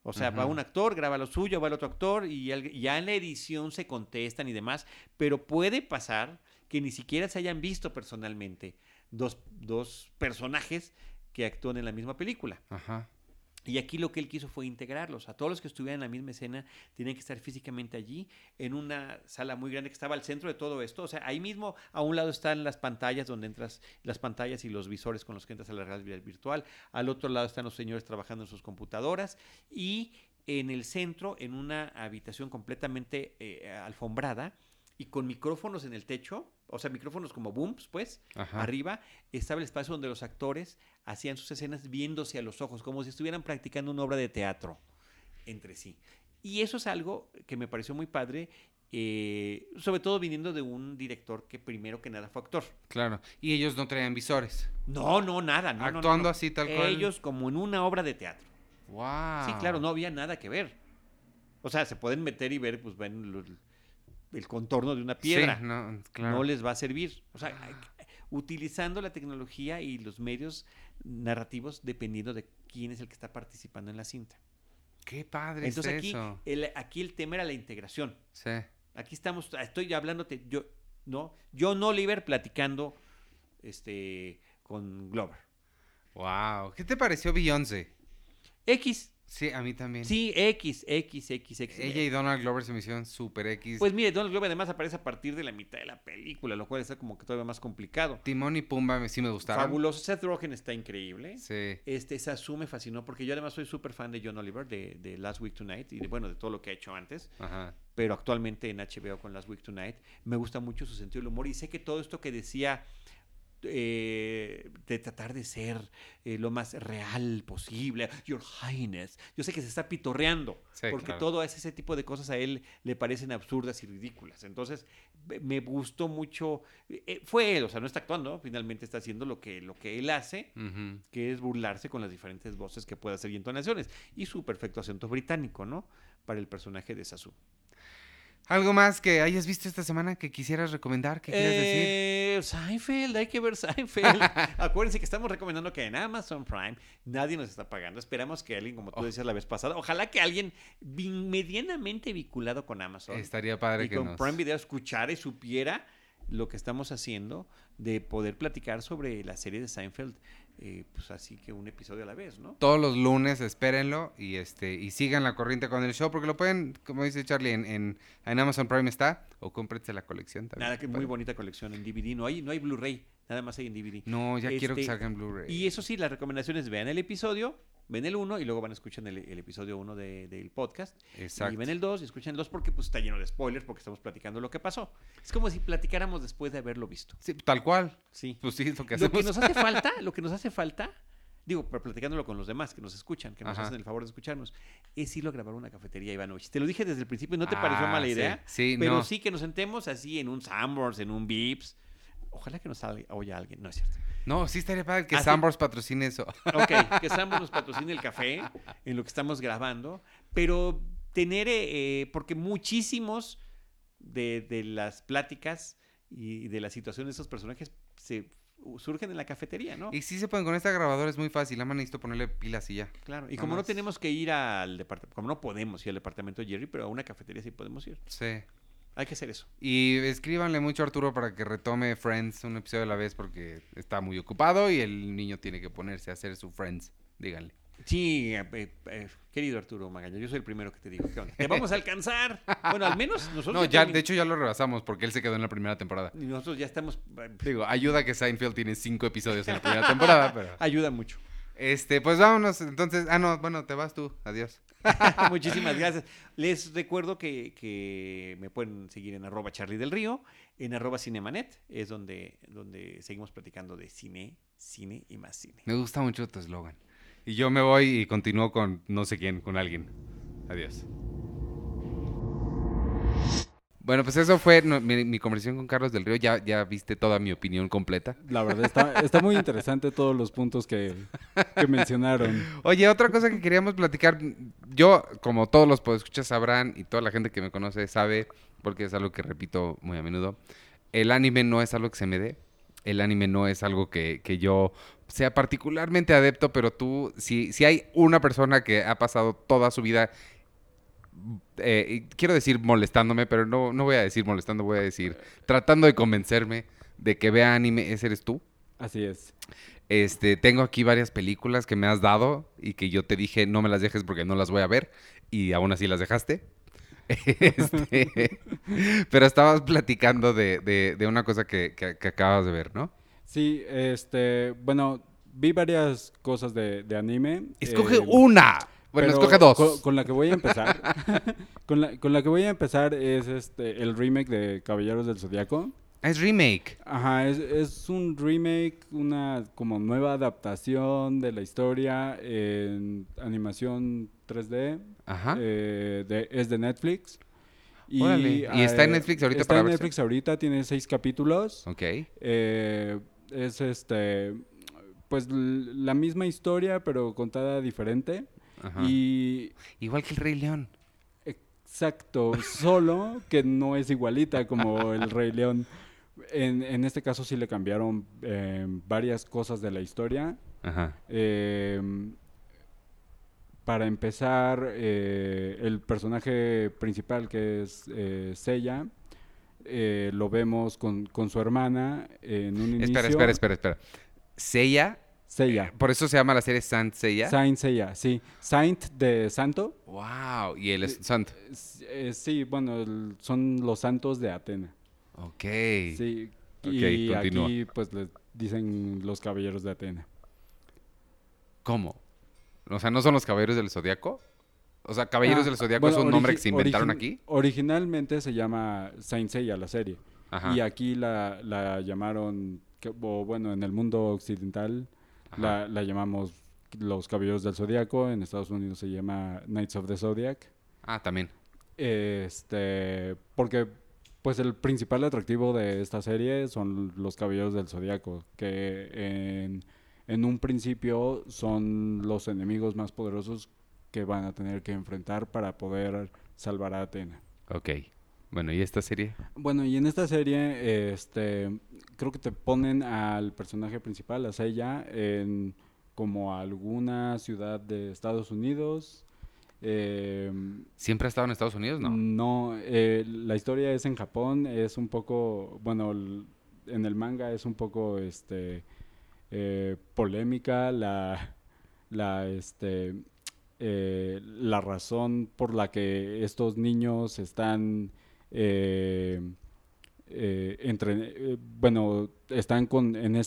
O sea, va un actor, graba lo suyo, va el otro actor y ya en la edición se contestan y demás, pero puede pasar que ni siquiera se hayan visto personalmente dos personajes que actúan en la misma película. Ajá. Y aquí lo que él quiso fue integrarlos. A todos los que estuvieran en la misma escena tenían que estar físicamente allí, en una sala muy grande que estaba al centro de todo esto. O sea, ahí mismo a un lado están las pantallas donde entras, las pantallas y los visores con los que entras a la realidad virtual. Al otro lado están los señores trabajando en sus computadoras. Y en el centro, en una habitación completamente alfombrada y con micrófonos en el techo, o sea, micrófonos como booms, pues, Ajá. arriba estaba el espacio donde los actores hacían sus escenas viéndose a los ojos, como si estuvieran practicando una obra de teatro entre sí. Y eso es algo que me pareció muy padre, sobre todo viniendo de un director que primero que nada fue actor. Claro. Y ellos no traían visores. No, nada. No, Actuando así, tal cual. Ellos como en una obra de teatro. ¡Wow! Sí, claro, no había nada que ver. O sea, se pueden meter y ver, pues ven el contorno de una piedra. Sí, no, claro. No les va a servir. O sea, utilizando la tecnología y los medios narrativos dependiendo de quién es el que está participando en la cinta. ¡Qué padre! Entonces es eso. aquí el tema era la integración. Sí. Aquí estoy hablándote, John Oliver platicando con Glover. ¡Wow! ¿Qué te pareció Beyoncé? X. Sí, a mí también. Sí, X. Ella y Donald Glover se me hicieron súper X. Pues mire, Donald Glover además aparece a partir de la mitad de la película, lo cual está como que todavía más complicado. Timón y Pumba sí me gustaron. Fabuloso. Seth Rogen está increíble. Sí. Sasu me fascinó porque yo además soy súper fan de John Oliver, de Last Week Tonight y de todo lo que ha hecho antes. Ajá. Pero actualmente en HBO con Last Week Tonight me gusta mucho su sentido del humor y sé que todo esto que decía de tratar de ser lo más real posible, Your Highness, yo sé que se está pitorreando, Sí, porque claro. todo ese tipo de cosas a él le parecen absurdas y ridículas. Entonces me gustó mucho, fue él, o sea, no está actuando, finalmente está haciendo lo que él hace, Ujú. que es burlarse con las diferentes voces que puede hacer y entonaciones, y su perfecto acento británico, ¿no? Para el personaje de Sasu. ¿Algo más que hayas visto esta semana que quisieras recomendar? ¿Qué quieres decir? Seinfeld, hay que ver Seinfeld. Acuérdense que estamos recomendando que en Amazon Prime nadie nos está pagando. Esperamos que alguien, como tú decías la vez pasada, ojalá que alguien medianamente vinculado con Amazon Estaría padre y que con nos... Prime Video escuchara y supiera lo que estamos haciendo de poder platicar sobre la serie de Seinfeld, pues así que un episodio a la vez, ¿no? Todos los lunes, espérenlo y sigan la corriente con el show, porque lo pueden, como dice Charlie, en Amazon Prime está, o cómprense la colección también. Nada, que muy bonita colección en DVD. No hay Blu-ray, nada más hay en DVD. No, ya quiero que salga en Blu-ray. Y eso sí, las recomendaciones, vean el episodio, ven el 1 y luego van a escuchar el episodio 1 del podcast. Exacto. Y ven el 2 y escuchan el 2 porque pues está lleno de spoilers porque estamos platicando lo que pasó. Es como si platicáramos después de haberlo visto. Sí, tal cual. Sí. Pues sí, es lo que Lo hacemos. que nos hace falta, digo, pero platicándolo con los demás que nos escuchan, que nos Ajá. hacen el favor de escucharnos, es irlo a grabar a una cafetería, Ivanovich. Te lo dije desde el principio y no te pareció mala idea. Sí, Pero no. sí que nos sentemos así en un Sanborns, en un Vips. Ojalá que nos oya alguien. No es cierto. No, sí estaría padre que Así- Sanborns patrocine eso. Ok, que Sanborns nos patrocine el café en lo que estamos grabando. Pero tener, porque muchísimos de las pláticas y de la situación de esos personajes surgen en la cafetería, ¿no? Y sí se pueden, con esta grabadora es muy fácil, nada más necesito ponerle pilas y ya. Claro, y Nada como no más. tenemos que ir al departamento, como no podemos ir al departamento de Jerry, pero a una cafetería sí podemos ir. Sí. Hay que hacer eso. Y escríbanle mucho a Arturo para que retome Friends un episodio a la vez porque está muy ocupado y el niño tiene que ponerse a hacer su Friends. Díganle. Sí, querido Arturo Magaña, yo soy el primero que te digo, ¿qué onda? Te vamos a alcanzar. Bueno, al menos nosotros No, ya, de hecho ya lo rebasamos porque él se quedó en la primera temporada. nosotros ya estamos Digo, ayuda que Seinfeld tiene 5 episodios en la primera temporada, pero... ayuda mucho. Pues vámonos, entonces... Ah, no, bueno, te vas tú. Adiós. Muchísimas gracias. Les recuerdo que me pueden seguir en @CharlieDelRío, en @Cinemanet, es donde seguimos platicando de cine y más cine. Me gusta mucho tu eslogan. Y yo me voy y continúo con no sé quién, con alguien. Adiós. Bueno, pues eso fue mi conversación con Carlos del Río. Ya viste toda mi opinión completa. La verdad está muy interesante todos los puntos que mencionaron. Oye, otra cosa que queríamos platicar. Yo, como todos los podescuchas sabrán y toda la gente que me conoce sabe, porque es algo que repito muy a menudo, el anime no es algo que se me dé. El anime no es algo que yo sea particularmente adepto, pero tú, si hay una persona que ha pasado toda su vida, quiero decir molestándome, pero no voy a decir molestando, voy a decir tratando de convencerme de que vea anime, ese eres tú. Así es. Tengo aquí varias películas que me has dado y que yo te dije no me las dejes porque no las voy a ver y aún así las dejaste. Pero estabas platicando de una cosa que acabas de ver, ¿no? Sí, bueno, vi varias cosas de anime. Escoge una. Bueno, pero escoge dos. Con la que voy a empezar. con la que voy a empezar es el remake de Caballeros del Zodiaco. Es remake. Ajá, es un remake, una como nueva adaptación de la historia en animación 3D. Ajá. Es de Netflix. Órale. ¿Y está en Netflix ahorita está en Netflix ahorita, tiene 6 capítulos. Ok. Es pues la misma historia, pero contada diferente. Ajá. Y igual que el Rey León. exacto, solo que no es igualita como el Rey León. En este caso sí le cambiaron varias cosas de la historia. Ajá. Para empezar, el personaje principal, que es Seiya, lo vemos con su hermana en un inicio. Espera. Seiya. Por eso se llama la serie Saint Seiya. Saint Seiya, sí. Saint de santo. Wow. Y él es santo. Sí, bueno, son los santos de Atena. Ok. Sí. Okay, y continúa. aquí pues le dicen los caballeros de Atena. ¿Cómo? O sea, ¿no son los caballeros del Zodiaco? O sea, ¿Caballeros del Zodiaco es un nombre que se inventaron aquí? Originalmente se llama Saint Seiya la serie. Ajá. Y aquí la llamaron, bueno, en el mundo occidental la llamamos los Caballeros del Zodiaco. En Estados Unidos se llama Knights of the Zodiac. Ah, también. Porque pues el principal atractivo de esta serie son los Caballeros del Zodiaco, que en un principio son los enemigos más poderosos que van a tener que enfrentar para poder salvar a Atena. Ok. Bueno, ¿y esta serie? Bueno, y en esta serie, creo que te ponen al personaje principal, a Seiya, en como alguna ciudad de Estados Unidos. ¿Siempre ha estado en Estados Unidos? No. No, la historia es en Japón, es un poco, bueno, en el manga es un poco, polémica la razón por la que estos niños están bueno, están en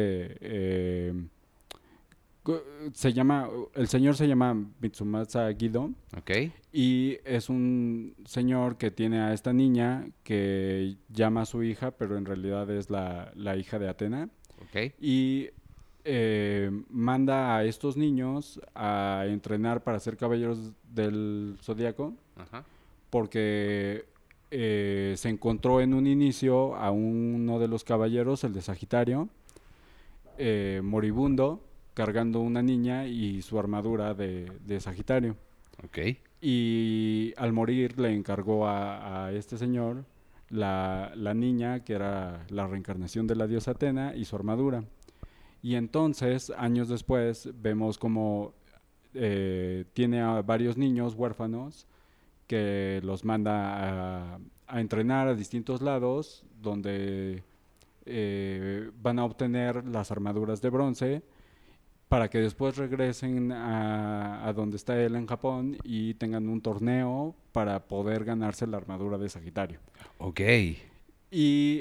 el señor se llama Mitsumasa Guido. Ok. Y es un señor que tiene a esta niña que llama a su hija, pero en realidad es la hija de Atena. Ok. Y manda a estos niños a entrenar para ser caballeros del Zodíaco. Ajá. Porque se encontró en un inicio a uno de los caballeros, el de Sagitario, moribundo, cargando una niña y su armadura de Sagitario. Ok. Y al morir le encargó a este señor la niña, que era la reencarnación de la diosa Atena, y su armadura. Y entonces, años después, vemos como tiene a varios niños huérfanos que los manda a entrenar a distintos lados, donde van a obtener las armaduras de bronce, para que después regresen a donde está él en Japón y tengan un torneo para poder ganarse la armadura de Sagitario. Ok. Y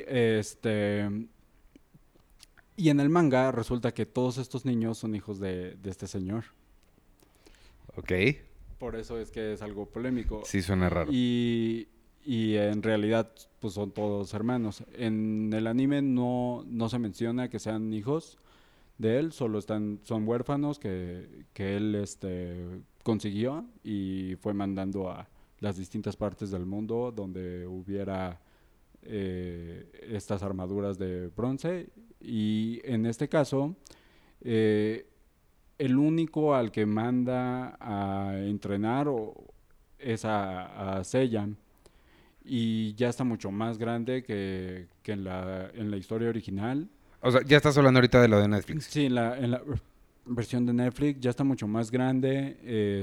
y en el manga resulta que todos estos niños son hijos de este señor. Ok. Por eso es que es algo polémico. Sí, suena raro. Y en realidad pues son todos hermanos. En el anime no se menciona que sean hijos de él, solo son huérfanos que él consiguió y fue mandando a las distintas partes del mundo donde hubiera estas armaduras de bronce. Y en este caso el único al que manda a entrenar es a Seiya, y ya está mucho más grande que en la historia original. O sea, ya estás hablando ahorita de lo de Netflix. Sí, en la versión de Netflix ya está mucho más grande,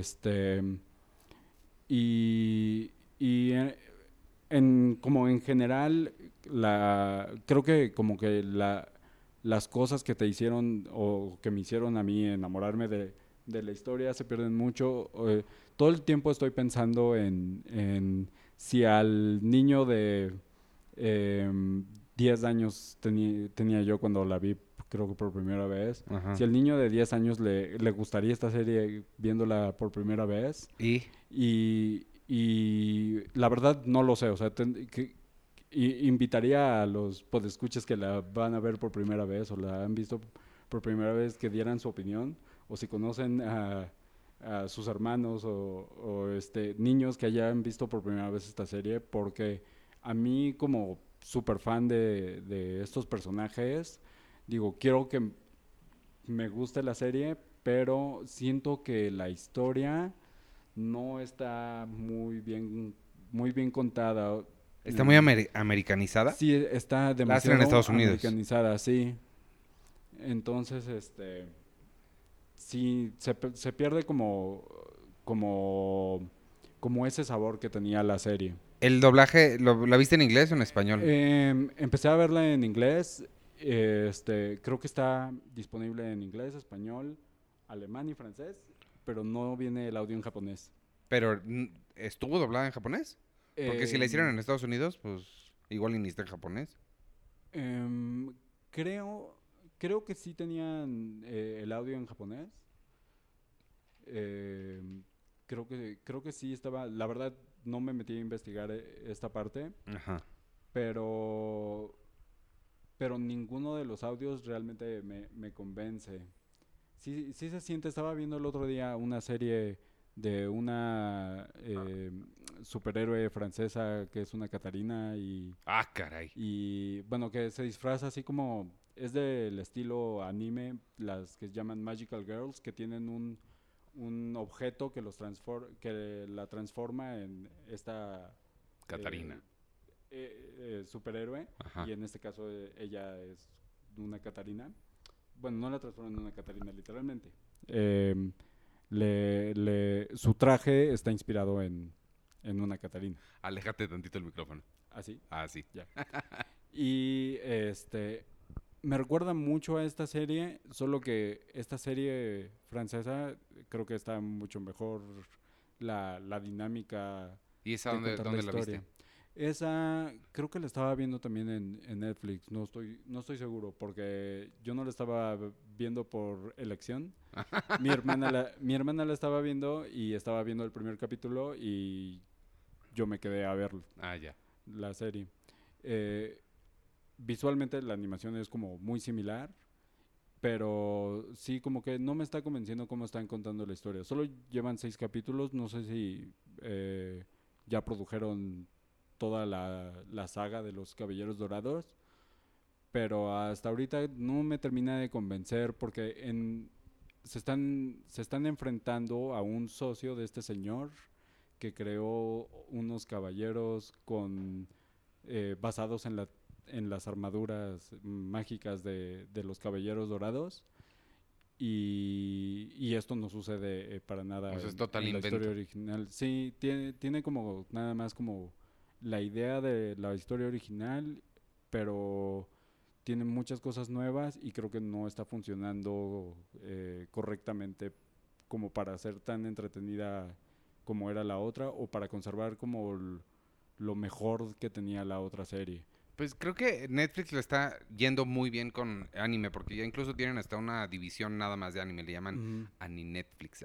y como en general, creo que como que las cosas que te hicieron o que me hicieron a mí enamorarme de la historia se pierden mucho. Todo el tiempo estoy pensando en si al niño de 10 años tenía yo cuando la vi, creo que por primera vez. Ajá. Si al niño de 10 años le gustaría esta serie viéndola por primera vez. Y la verdad no lo sé, o sea, invitaría a los podescuchas que la van a ver por primera vez o la han visto por primera vez que dieran su opinión, o si conocen a sus hermanos o niños que hayan visto por primera vez esta serie, porque a mí como súper fan de estos personajes, digo, quiero que me guste la serie, pero siento que la historia no está muy bien contada. ¿Está muy americanizada? Sí, está La hacen en demasiado Estados Unidos. americanizada, sí. Entonces, sí, se pierde como ese sabor que tenía la serie. ¿El doblaje, la viste en inglés o en español? Empecé a verla en inglés. Creo que está disponible en inglés, español, alemán y francés, pero no viene el audio en japonés. ¿Pero estuvo doblada en japonés? Porque si la hicieron en Estados Unidos, pues igual ni está en japonés. Creo que sí tenían el audio en japonés. Creo que sí estaba. La verdad, no me metí a investigar esta parte. Ajá. Pero ninguno de los audios realmente me convence. Sí se siente. Estaba viendo el otro día una serie de una superhéroe francesa que es una Catarina Ah, caray. y bueno, que se disfraza así como, es del estilo anime, las que se llaman Magical Girls, que tienen un objeto que que la transforma en esta Catarina. superhéroe. Ajá. Y en este caso ella es una Catarina. Bueno, no la transforma en una Catarina literalmente. Su traje está inspirado en una Catarina. Aléjate tantito el micrófono. ¿Ah, sí? Ah, sí. Ya. Y me recuerda mucho a esta serie, solo que esta serie francesa creo que está mucho mejor la dinámica. ¿Y esa dónde la viste? Esa creo que la estaba viendo también en Netflix, no estoy seguro, porque yo no la estaba viendo por elección. Mi hermana la estaba viendo y estaba viendo el primer capítulo y yo me quedé a ver la serie. Visualmente la animación es como muy similar, pero sí como que no me está convenciendo cómo están contando la historia. Solo llevan 6 capítulos, no sé si ya produjeron toda la saga de los Caballeros Dorados, pero hasta ahorita no me termina de convencer porque se están enfrentando a un socio de este señor que creó unos caballeros basados en las armaduras mágicas de los Caballeros Dorados, y esto no sucede para nada pues en la historia original. Sí, tiene como nada más como la idea de la historia original, pero tiene muchas cosas nuevas y creo que no está funcionando correctamente como para ser tan entretenida como era la otra, o para conservar como lo mejor que tenía la otra serie. Pues creo que Netflix lo está yendo muy bien con anime, porque ya incluso tienen hasta una división nada más de anime, le llaman Animetflix.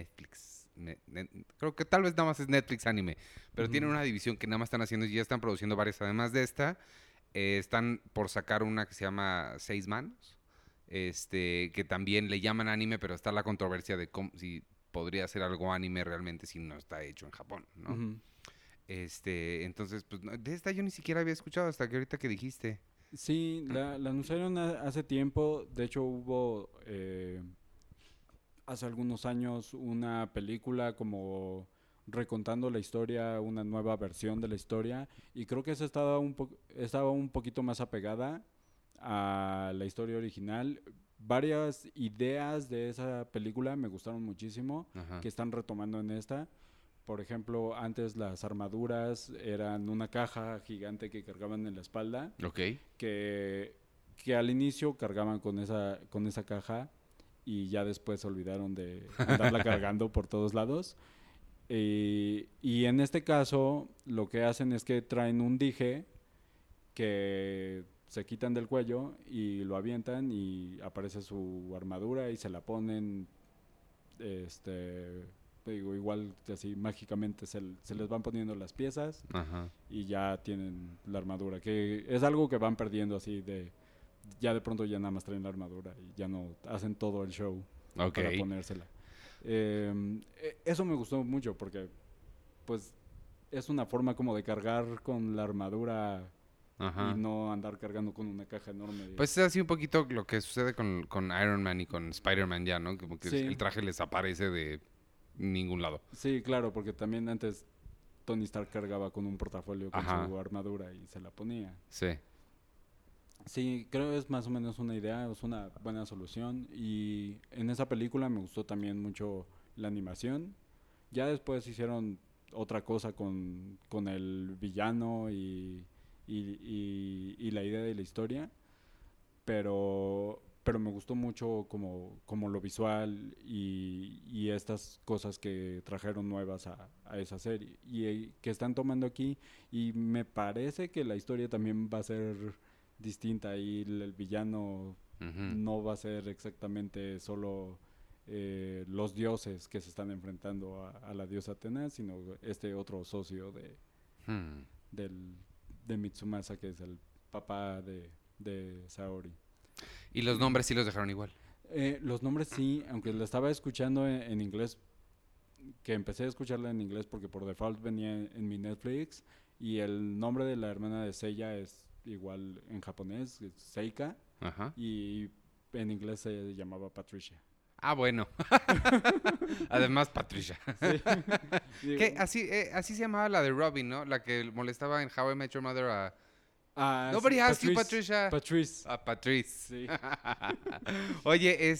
Creo que tal vez nada más es Netflix Anime, pero tienen una división que nada más están haciendo y ya están produciendo varias. Además de esta, están por sacar una que se llama Seis Manos, que también le llaman anime, pero está la controversia de si podría ser algo anime realmente si no está hecho en Japón, ¿no? Entonces, pues de esta yo ni siquiera había escuchado hasta que ahorita que dijiste. Sí, la anunciaron hace tiempo. De hecho hubo hace algunos años una película como recontando la historia, una nueva versión de la historia, y creo que esa estaba un poquito más apegada a la historia original. Varias ideas de esa película me gustaron muchísimo, que están retomando en esta. Por ejemplo, antes las armaduras eran una caja gigante que cargaban en la espalda. Okay. Que al inicio cargaban con esa caja y ya después se olvidaron de andarla cargando por todos lados. Y en este caso lo que hacen es que traen un dije que se quitan del cuello y lo avientan y aparece su armadura y se la ponen, digo, igual así mágicamente se les van poniendo las piezas. Ajá. Y ya tienen la armadura, que es algo que van perdiendo así ya de pronto ya nada más traen la armadura y ya no hacen todo el show para ponérsela. Eso me gustó mucho porque pues es una forma como de cargar con la armadura. Ajá. Y no andar cargando con una caja enorme. Pues es así un poquito lo que sucede con Iron Man y con Spider-Man ya, ¿no? Como que sí, el traje les aparece de ningún lado. Sí, claro, porque también antes Tony Stark cargaba con un portafolio con su armadura y se la ponía. Sí. Sí, creo que es más o menos una idea, es una buena solución. Y en esa película me gustó también mucho la animación. Ya después hicieron otra cosa con el villano y la idea de la historia, pero me gustó mucho como lo visual y estas cosas que trajeron nuevas a esa serie y que están tomando aquí, y me parece que la historia también va a ser distinta y el villano no va a ser exactamente solo los dioses que se están enfrentando a la diosa Atena, sino este otro socio de Mitsumasa, que es el papá de Saori. ¿Y los nombres sí los dejaron igual? Los nombres sí, aunque lo estaba escuchando en inglés, que empecé a escucharla en inglés porque por default venía en mi Netflix, y el nombre de la hermana de Seiya es igual en japonés, es Seika. Ajá. Y en inglés se llamaba Patricia. Ah, bueno. Además, Patricia. Sí. ¿Qué? Así se llamaba la de Robin, ¿no? La que molestaba en How I Met Your Mother a... Nobody asked you, Patricia. Patrice. A Patrice. Sí. Oye,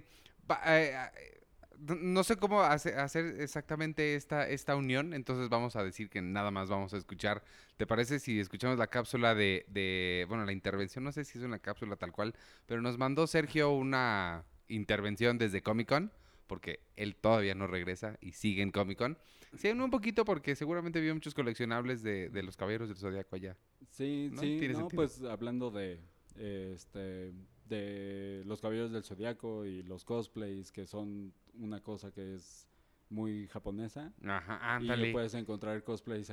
no sé cómo hacer exactamente esta unión, entonces vamos a decir que nada más vamos a escuchar. ¿Te parece si escuchamos la cápsula bueno, la intervención? No sé si es una cápsula tal cual, pero nos mandó Sergio una intervención desde Comic Con, porque él todavía no regresa y sigue en Comic Con. Sí, un poquito porque seguramente vio muchos coleccionables de los Caballeros del Zodiaco allá. Sí, ¿no? Sí, no, pues hablando de los Caballeros del Zodiaco y los cosplays, que son una cosa que es muy japonesa. Ajá, ándale. Y puedes encontrar cosplayers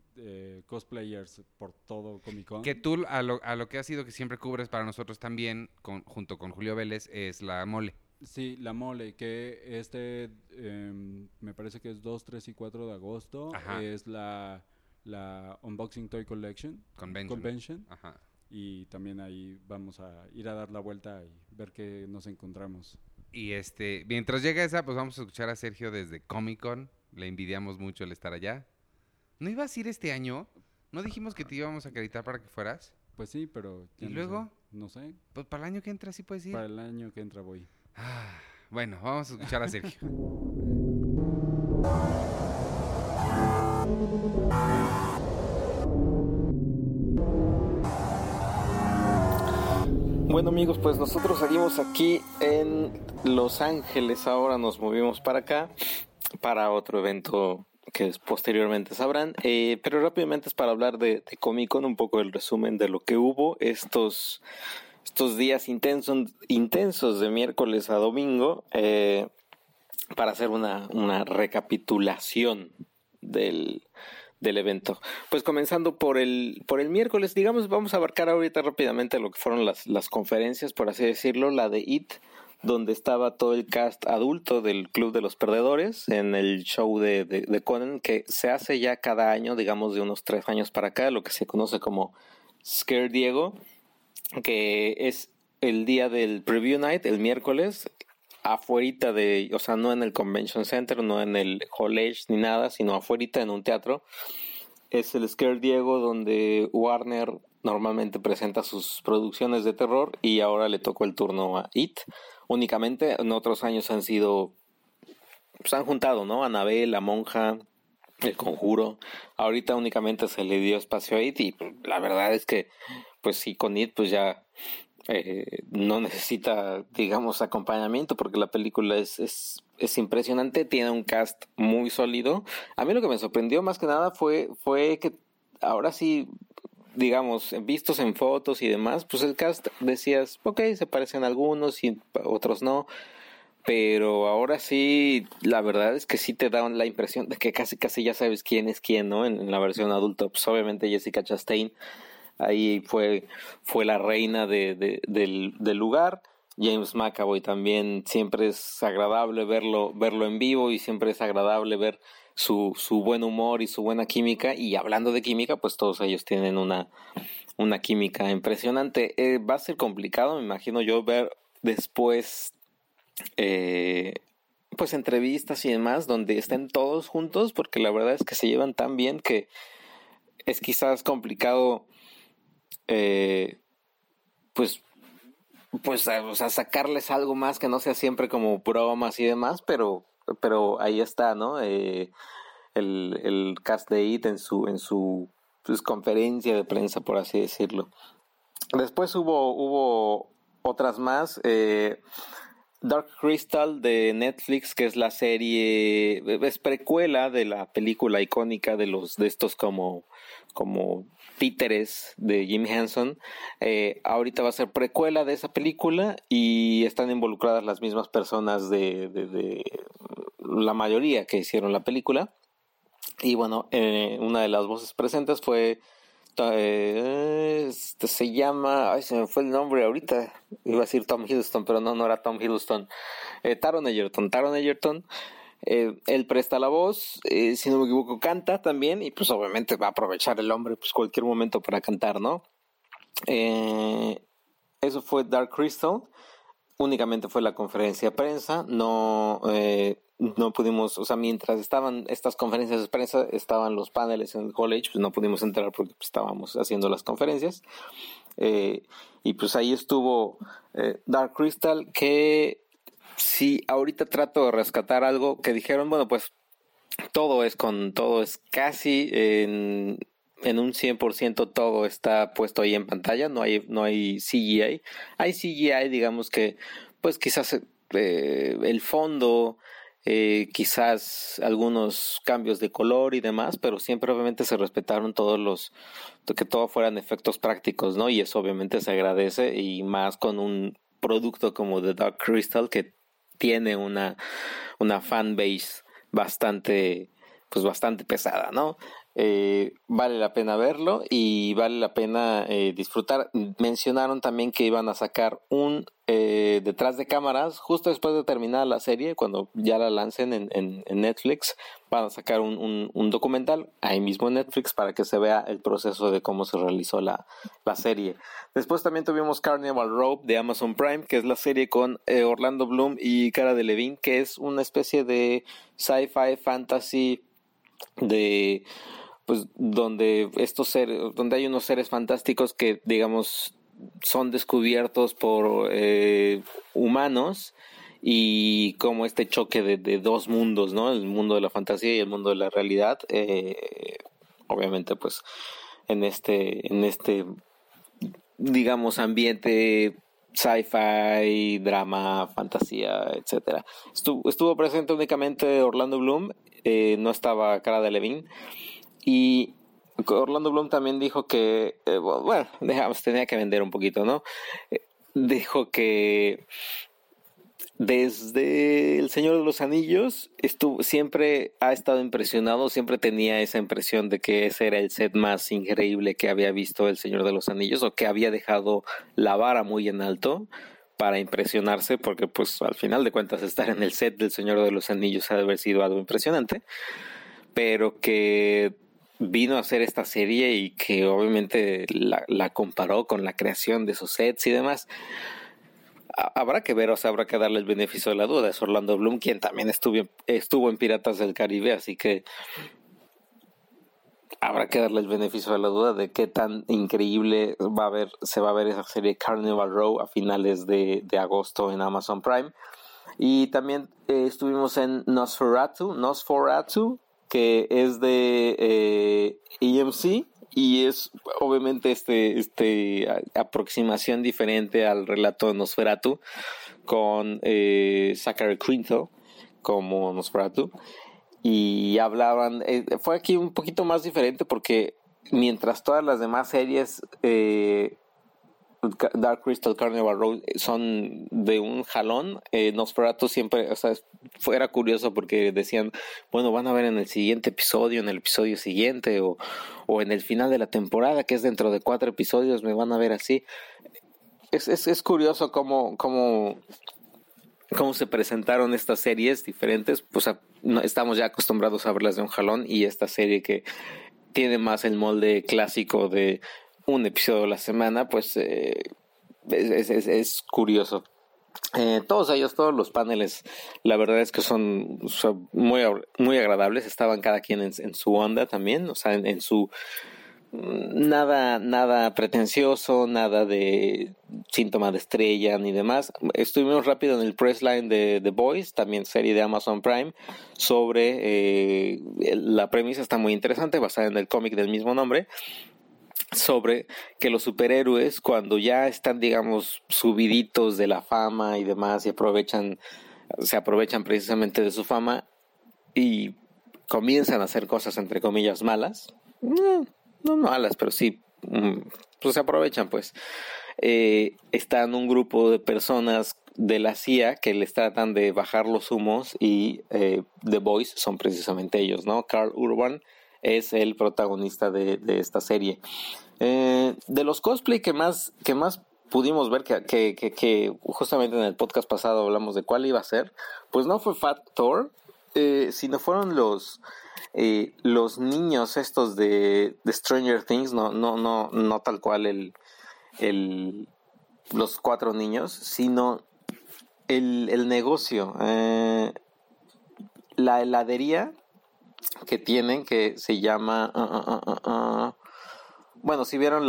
por todo Comic Con. Que tú a lo que ha sido que siempre cubres para nosotros también, junto con Julio Vélez, es la mole. Sí, la mole, que me parece que es 2, 3 y 4 de agosto. Ajá. Es la Unboxing Toy Collection. Convention. Ajá. Y también ahí vamos a ir a dar la vuelta y ver qué nos encontramos. Y mientras llega esa, pues vamos a escuchar a Sergio desde Comic Con. Le envidiamos mucho el estar allá. ¿No ibas a ir este año? ¿No dijimos que te íbamos a acreditar para que fueras? Pues sí, pero... ¿Y luego? No sé. Pues para el año que entra sí puedes ir. Para el año que entra voy. Bueno, vamos a escuchar a Sergio. Bueno amigos, pues nosotros seguimos aquí en Los Ángeles. Ahora nos movimos para acá para otro evento que posteriormente sabrán, pero rápidamente es para hablar de Comic Con, un poco el resumen de lo que hubo estos días intensos de miércoles a domingo, para hacer una recapitulación del evento. Pues comenzando por el miércoles, digamos, vamos a abarcar ahorita rápidamente lo que fueron las conferencias, por así decirlo. La de IT, donde estaba todo el cast adulto del Club de los Perdedores en el show de Conan, que se hace ya cada año, digamos de unos 3 años para acá, lo que se conoce como Scare Diego, que es el día del Preview Night, el miércoles, afuerita o sea, no en el Convention Center, no en el Hall H ni nada, sino afuerita en un teatro. Es el Scare Diego donde Warner normalmente presenta sus producciones de terror y ahora le tocó el turno a It. Únicamente en otros años han juntado, ¿no? Annabelle, La Monja, El Conjuro. Ahorita únicamente se le dio espacio a It y la verdad es que, pues sí, con It pues ya no necesita, digamos, acompañamiento porque la película es impresionante, tiene un cast muy sólido. A mí lo que me sorprendió más que nada fue que ahora sí, digamos, vistos en fotos y demás, pues el cast decías, ok, se parecen algunos y otros no. Pero ahora sí, la verdad es que sí te da la impresión de que casi ya sabes quién es quién, ¿no? En la versión adulta, pues obviamente Jessica Chastain ahí fue la reina del lugar. James McAvoy también, siempre es agradable verlo en vivo y siempre es agradable ver su buen humor y su buena química. Y hablando de química, pues todos ellos tienen una química impresionante. Va a ser complicado, me imagino yo, ver después pues entrevistas y demás donde estén todos juntos, porque la verdad es que se llevan tan bien que es quizás complicado pues o sea, sacarles algo más que no sea siempre como bromas y demás, pero ahí está, ¿no? El cast de It en su pues, conferencia de prensa, por así decirlo. Después hubo otras más. Dark Crystal de Netflix, que es la serie, es precuela de la película icónica de estos como títeres de Jim Henson. Ahorita va a ser precuela de esa película y están involucradas las mismas personas de la mayoría que hicieron la película. Y bueno, una de las voces presentes fue se llama, se me fue el nombre ahorita, iba a decir Tom Hiddleston, pero no era Tom Hiddleston. Taron Egerton. Él presta la voz, si no me equivoco canta también, y pues obviamente va a aprovechar el hombre pues cualquier momento para cantar, ¿no? Eso fue Dark Crystal. Únicamente fue la conferencia de prensa, no pudimos, o sea, mientras estaban estas conferencias de prensa, estaban los paneles en el college, pues no pudimos entrar porque pues, estábamos haciendo las conferencias. Y pues ahí estuvo Dark Crystal, que si ahorita trato de rescatar algo que dijeron, bueno, pues todo es casi en un 100%, todo está puesto ahí en pantalla, no hay CGI. Hay CGI, digamos que, pues quizás el fondo, quizás algunos cambios de color y demás, pero siempre obviamente se respetaron que todo fueran efectos prácticos, ¿no? Y eso obviamente se agradece, y más con un producto como The Dark Crystal, que tiene una fanbase bastante pesada, ¿no? Vale la pena verlo y vale la pena disfrutar. Mencionaron también que iban a sacar un detrás de cámaras justo después de terminar la serie, cuando ya la lancen en Netflix. Van a sacar un documental ahí mismo en Netflix para que se vea el proceso de cómo se realizó la serie. Después también tuvimos Carnival Row de Amazon Prime, que es la serie con Orlando Bloom y Cara Delevingne, que es una especie de sci-fi fantasy de pues donde hay unos seres fantásticos que digamos son descubiertos por humanos, y como este choque de dos mundos, ¿no? El mundo de la fantasía y el mundo de la realidad, obviamente pues en este digamos ambiente sci-fi, drama, fantasía, etcétera. Estuvo presente únicamente Orlando Bloom, no estaba Cara Delevingne. Y Orlando Bloom también dijo que, tenía que vender un poquito, ¿no? Dijo que desde El Señor de los Anillos siempre ha estado impresionado, siempre tenía esa impresión de que ese era el set más increíble que había visto El Señor de los Anillos, o que había dejado la vara muy en alto para impresionarse, porque pues al final de cuentas estar en el set del Señor de los Anillos ha de haber sido algo impresionante, pero que vino a hacer esta serie y que obviamente la comparó con la creación de esos sets y demás. Habrá que ver, o sea, habrá que darle el beneficio de la duda. Es Orlando Bloom, quien también estuvo en Piratas del Caribe, así que habrá que darle el beneficio de la duda de qué tan increíble se va a ver esa serie Carnival Row a finales de agosto en Amazon Prime. Y también estuvimos en Nosferatu, que es de AMC, y es obviamente aproximación diferente al relato de Nosferatu, con Zachary Quinto como Nosferatu. Y hablaban, fue aquí un poquito más diferente porque mientras todas las demás series Dark Crystal, Carnival Row son de un jalón, Nosferatu siempre, o sea, era curioso porque decían, bueno, van a ver en el siguiente episodio, en el episodio siguiente o en el final de la temporada, que es dentro de 4 episodios, me van a ver así. Es curioso cómo se presentaron estas series diferentes. Pues estamos ya acostumbrados a verlas de un jalón, y esta serie que tiene más el molde clásico de un episodio a la semana, pues es curioso. Todos los paneles, la verdad es que son muy, muy agradables. Estaban cada quien en su onda también, o sea, en su nada pretencioso, nada de síntoma de estrella ni demás. Estuvimos rápido en el press line de The Boys, también serie de Amazon Prime, sobre la premisa está muy interesante, basada en el cómic del mismo nombre, sobre que los superhéroes, cuando ya están, digamos, subiditos de la fama y demás, y se aprovechan precisamente de su fama y comienzan a hacer cosas entre comillas malas, no malas, pero sí, pues se aprovechan, pues. Están un grupo de personas de la CIA que les tratan de bajar los humos, y The Boys son precisamente ellos, ¿no? Karl Urban es el protagonista de esta serie. De los cosplay que más pudimos ver, que justamente en el podcast pasado hablamos de cuál iba a ser, pues no fue Fat Thor, sino fueron los niños estos de Stranger Things, no tal cual los 4 niños, sino el negocio, la heladería que tienen, que se llama bueno, si vieron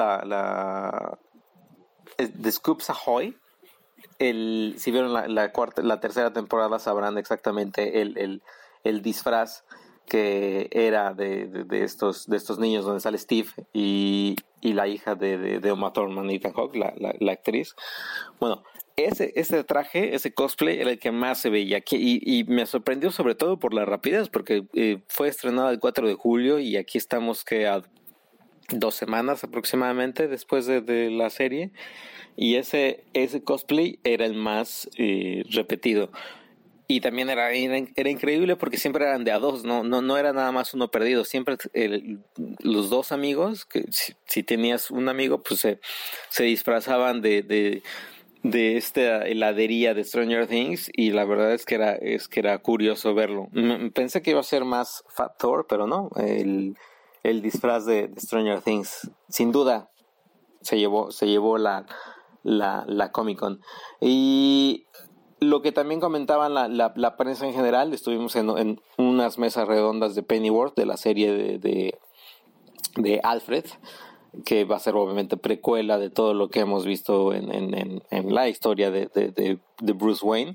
The Scoops Ahoy, si vieron la tercera temporada, sabrán exactamente el disfraz que era de estos niños, donde sale Steve y la hija de Uma Thurman, Ethan Hawke, la actriz. Bueno, ese traje, ese cosplay era el que más se veía aquí, y me sorprendió sobre todo por la rapidez, porque fue estrenada el 4 de julio y aquí estamos a 2 semanas aproximadamente después de la serie, y ese cosplay era el más repetido. Y también era increíble porque siempre eran de a 2, no era nada más uno perdido. Siempre los 2 amigos, que si tenías un amigo, pues se disfrazaban de esta heladería de Stranger Things, y la verdad es que era curioso verlo. Pensé que iba a ser más Fat Thor, pero no, el disfraz de Stranger Things sin duda se llevó la Comic Con. Y lo que también comentaban la prensa en general, estuvimos en unas mesas redondas de Pennyworth, de la serie de Alfred, que va a ser obviamente precuela de todo lo que hemos visto en la historia de Bruce Wayne.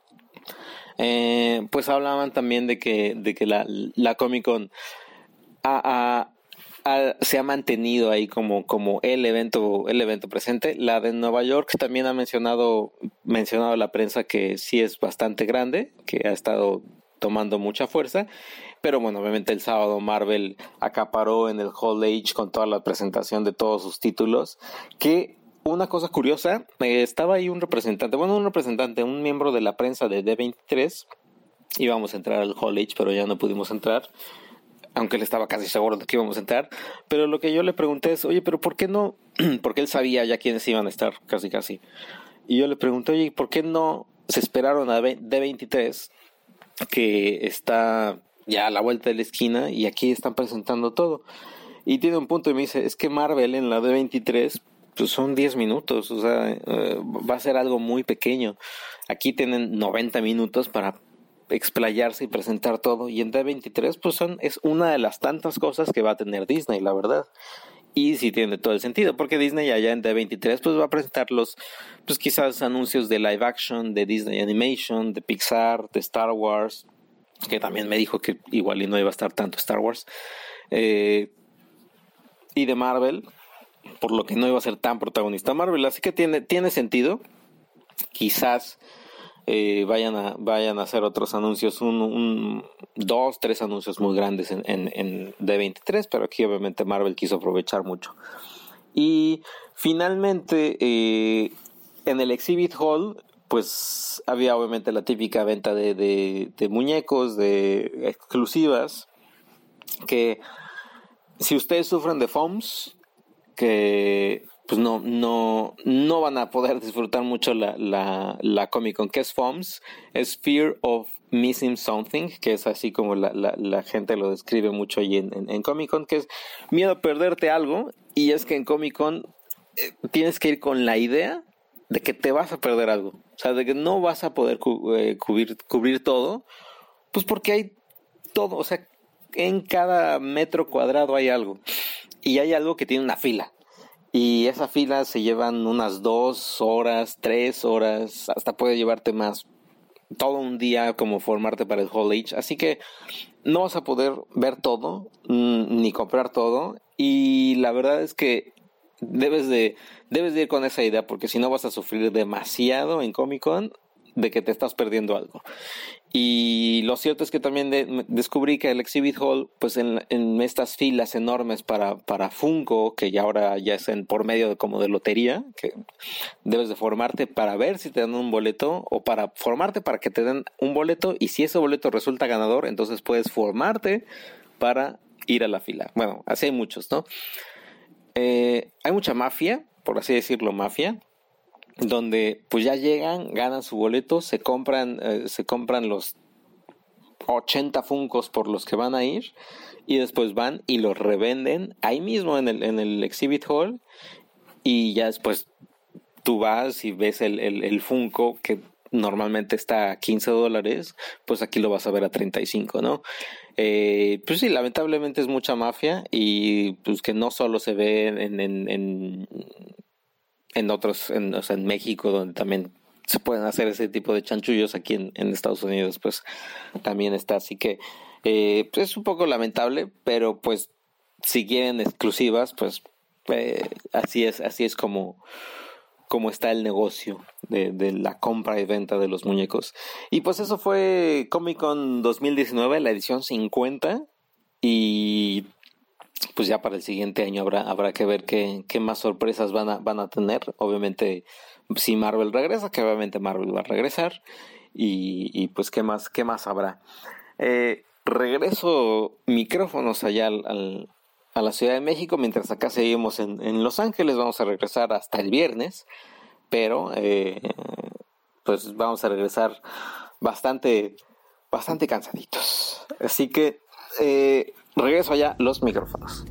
Pues hablaban también de que la Comic Con se ha mantenido ahí como el evento presente. La de Nueva York también ha mencionado la prensa que sí es bastante grande, que ha estado tomando mucha fuerza, pero bueno, obviamente el sábado Marvel acaparó en el Hall H con toda la presentación de todos sus títulos. Que una cosa curiosa, estaba ahí un miembro de la prensa de D23, íbamos a entrar al Hall H, pero ya no pudimos entrar, aunque él estaba casi seguro de que íbamos a entrar. Pero lo que yo le pregunté es, oye, pero ¿por qué no? Porque él sabía ya quiénes iban a estar, casi. Y yo le pregunté, oye, ¿por qué no se esperaron a D23, que está ya a la vuelta de la esquina, y aquí están presentando todo? Y tiene un punto y me dice, es que Marvel en la D23 pues son 10 minutos, o sea, va a ser algo muy pequeño. Aquí tienen 90 minutos para explayarse y presentar todo. Y en D23 pues es una de las tantas cosas que va a tener Disney, la verdad. Y sí tiene todo el sentido, porque Disney allá en D23 pues va a presentar pues quizás anuncios de live action, de Disney Animation, de Pixar, de Star Wars, que también me dijo que igual y no iba a estar tanto Star Wars, y de Marvel, por lo que no iba a ser tan protagonista Marvel, así que tiene sentido. Quizás vayan a hacer otros anuncios, 2, 3 anuncios muy grandes en D23, pero aquí obviamente Marvel quiso aprovechar mucho. Y finalmente en el Exhibit Hall pues había obviamente la típica venta de muñecos, de exclusivas, que si ustedes sufren de FOMS, que pues no van a poder disfrutar mucho la Comic Con. ¿Qué es FOMS? Es Fear of Missing Something, que es así como la gente lo describe mucho ahí en Comic Con, que es miedo a perderte algo. Y es que en Comic Con tienes que ir con la idea de que te vas a perder algo. O sea, de que no vas a poder cubrir todo, pues porque hay todo. O sea, en cada metro cuadrado hay algo. Y hay algo que tiene una fila. Y esa fila se llevan unas 2 horas, 3 horas, hasta puede llevarte más, todo un día como formarte para el Hall H. Así que no vas a poder ver todo, ni comprar todo. Y la verdad es que debes de ir con esa idea, porque si no vas a sufrir demasiado en Comic Con de que te estás perdiendo algo. Y lo cierto es que también descubrí que el Exhibit Hall, pues en estas filas enormes para Funko, que ya ahora ya es por medio de lotería, que debes de formarte para ver si te dan un boleto, o para formarte para que te den un boleto, y si ese boleto resulta ganador, entonces puedes formarte para ir a la fila. Bueno, así hay muchos, ¿no? Hay mucha mafia, por así decirlo, donde pues ya llegan, ganan su boleto, se compran los 80 Funkos por los que van a ir, y después van y los revenden ahí mismo en el Exhibit Hall, y ya después tú vas y ves el Funko que normalmente está a $15, pues aquí lo vas a ver a 35, ¿no? Pues sí, lamentablemente es mucha mafia, y pues que no solo se ve en otros, o sea, en México, donde también se pueden hacer ese tipo de chanchullos, aquí en Estados Unidos pues también está, así que pues es un poco lamentable, pero pues si quieren exclusivas, pues así es como está el negocio de la compra y venta de los muñecos. Y pues eso fue Comic Con 2019, la edición 50, y pues ya para el siguiente año habrá que ver qué más sorpresas van a tener. Obviamente, si Marvel regresa, que obviamente Marvel va a regresar, y pues qué más habrá. Regreso micrófonos allá a la Ciudad de México, mientras acá seguimos en Los Ángeles. Vamos a regresar hasta el viernes, pero pues vamos a regresar bastante cansaditos. Así que regreso allá los micrófonos.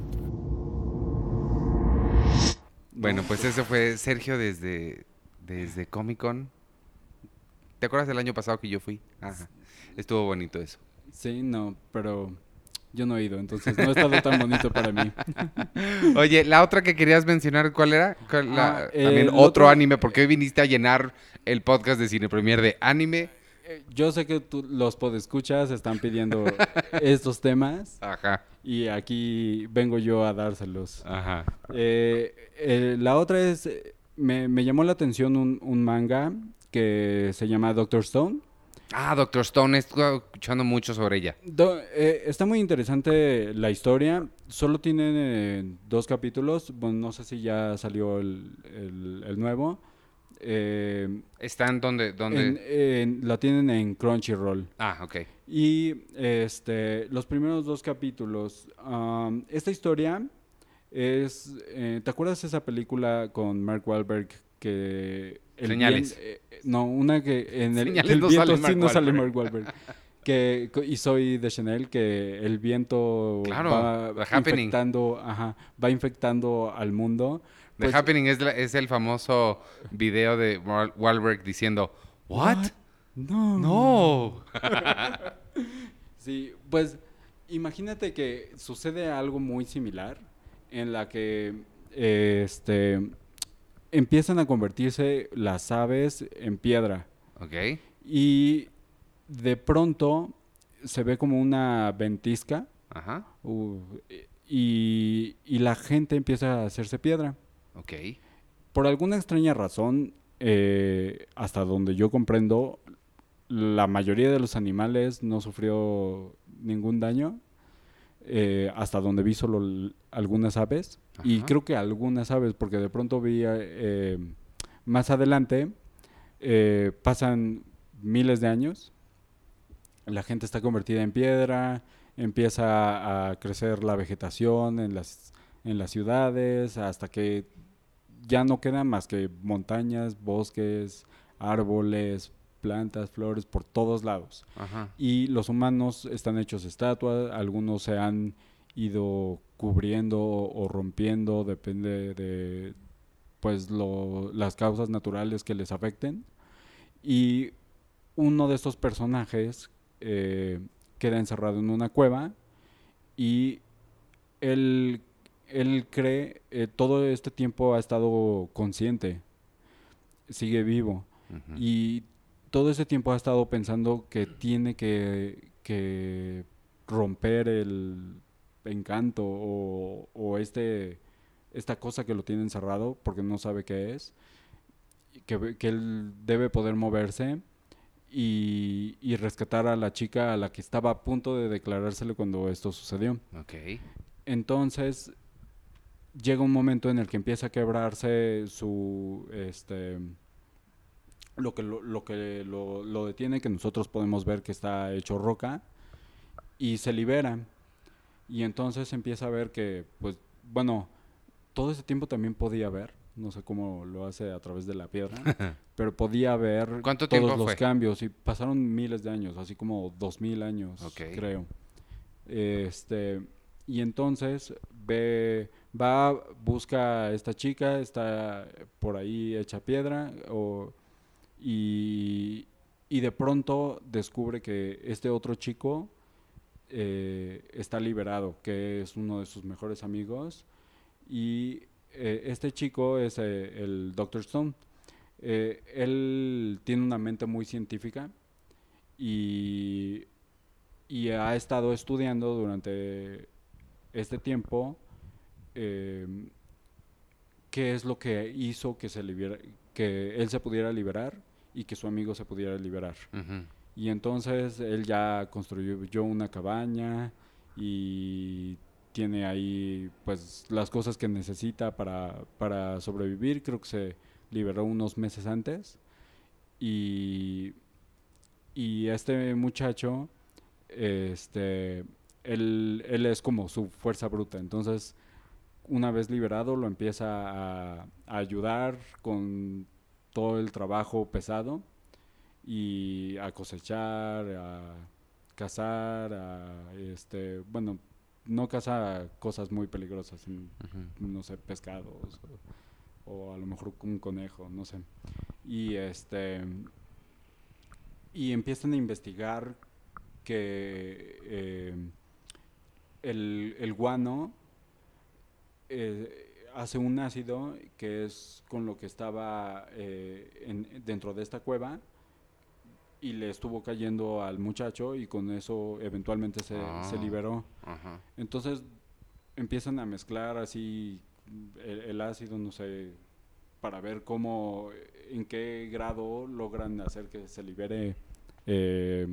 Bueno, pues ese fue Sergio desde Comic Con. ¿Te acuerdas del año pasado que yo fui? Ajá. Estuvo bonito eso. Sí, no, pero yo no he ido, entonces no ha estado tan bonito para mí. Oye, la otra que querías mencionar, ¿cuál era? También otro anime, porque hoy viniste a llenar el podcast de Cine Premier de anime. Yo sé que los podescuchas están pidiendo estos temas. Ajá. Y aquí vengo yo a dárselos. Ajá. La otra es, me llamó la atención un manga que se llama Doctor Stone. Ah, Doctor Stone, estoy escuchando mucho sobre ella. Está muy interesante la historia. Solo tiene 2 capítulos. Bueno, no sé si ya salió el nuevo. ¿Están dónde? La tienen en Crunchyroll. Ah, ok. Y los primeros 2 capítulos. Esta historia es... ¿te acuerdas de esa película con Mark Wahlberg que... Señales. Una que en el no viento sale sí no sale Mark Wahlberg. Y Soy de Chanel, que el viento va infectando al mundo. The Happening es el famoso video de Wahlberg diciendo, ¿What? No. ¡No! Sí, pues imagínate que sucede algo muy similar en la que empiezan a convertirse las aves en piedra. Ok. Y de pronto se ve como una ventisca Ajá. y la gente empieza a hacerse piedra. Ok. Por alguna extraña razón, hasta donde yo comprendo, la mayoría de los animales no sufrió ningún daño. Hasta donde vi solo algunas aves. Ajá. Y creo que algunas aves, porque de pronto vi más adelante, pasan miles de años, la gente está convertida en piedra, empieza a crecer la vegetación en las ciudades, hasta que ya no quedan más que montañas, bosques, árboles, plantas, flores por todos lados. Ajá. Y los humanos están hechos estatuas, algunos se han ido cubriendo o rompiendo, depende de pues las causas naturales que les afecten. Y uno de estos personajes queda encerrado en una cueva y él cree, todo este tiempo ha estado consciente, sigue vivo. Ujú. Y todo ese tiempo ha estado pensando que tiene que romper el encanto o esta cosa que lo tiene encerrado porque no sabe qué es, que él debe poder moverse y rescatar a la chica a la que estaba a punto de declarársele cuando esto sucedió. Ok. Entonces llega un momento en el que empieza a quebrarse lo que lo detiene, que nosotros podemos ver que está hecho roca, y se libera. Y entonces empieza a ver que, pues, bueno, todo ese tiempo también podía ver, no sé cómo lo hace a través de la piedra, pero podía ver ¿Cuánto todos tiempo los fue? cambios, y pasaron miles de años, así como 2000 años, Ok. creo. Y entonces busca a esta chica, está por ahí hecha piedra, y de pronto descubre que este otro chico está liberado, que es uno de sus mejores amigos, y este chico es el Dr. Stone. Él tiene una mente muy científica y, y ha estado estudiando durante este tiempo eh, qué es lo que hizo que él se pudiera liberar y que su amigo se pudiera liberar. Ujú. Y entonces él ya construyó una cabaña y tiene ahí pues las cosas que necesita para sobrevivir. Creo que se liberó unos meses antes. Y, y este muchacho, él es como su fuerza bruta. Entonces, una vez liberado, lo empieza a ayudar con todo el trabajo pesado y a cosechar, a cazar, bueno, no caza cosas muy peligrosas, no sé, pescados o a lo mejor un conejo, no sé. Y y empiezan a investigar que el guano hace un ácido que es con lo que estaba dentro de esta cueva y le estuvo cayendo al muchacho y con eso eventualmente se liberó. Ajá. Entonces empiezan a mezclar así el ácido, no sé, para ver cómo, en qué grado logran hacer que se libere eh,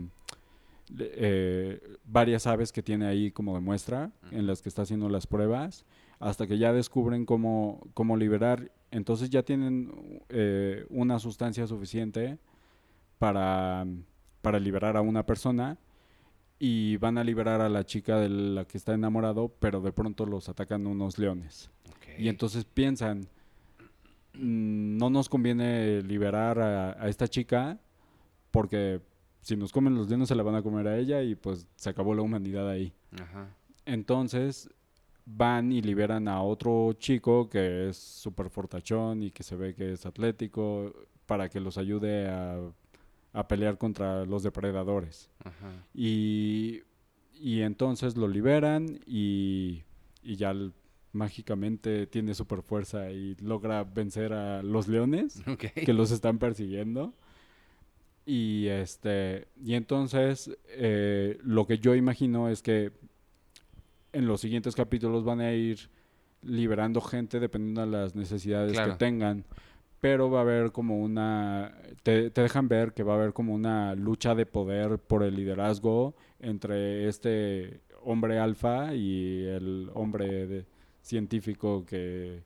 varias aves que tiene ahí como de muestra, en las que está haciendo las pruebas, hasta que ya descubren cómo liberar. Entonces ya tienen una sustancia suficiente para, para liberar a una persona y van a liberar a la chica de la que está enamorado, pero de pronto los atacan unos leones. Okay. Y entonces piensan, no nos conviene liberar a esta chica porque si nos comen los leones se la van a comer a ella y pues se acabó la humanidad ahí. Ajá. Entonces van y liberan a otro chico que es súper fortachón y que se ve que es atlético para que los ayude a pelear contra los depredadores. Ajá. Y entonces lo liberan y ya mágicamente tiene super fuerza y logra vencer a los leones que los están persiguiendo. Y entonces lo que yo imagino es que en los siguientes capítulos van a ir liberando gente dependiendo de las necesidades que tengan. Pero va a haber como te dejan ver que va a haber como una lucha de poder por el liderazgo entre este hombre alfa y el hombre científico que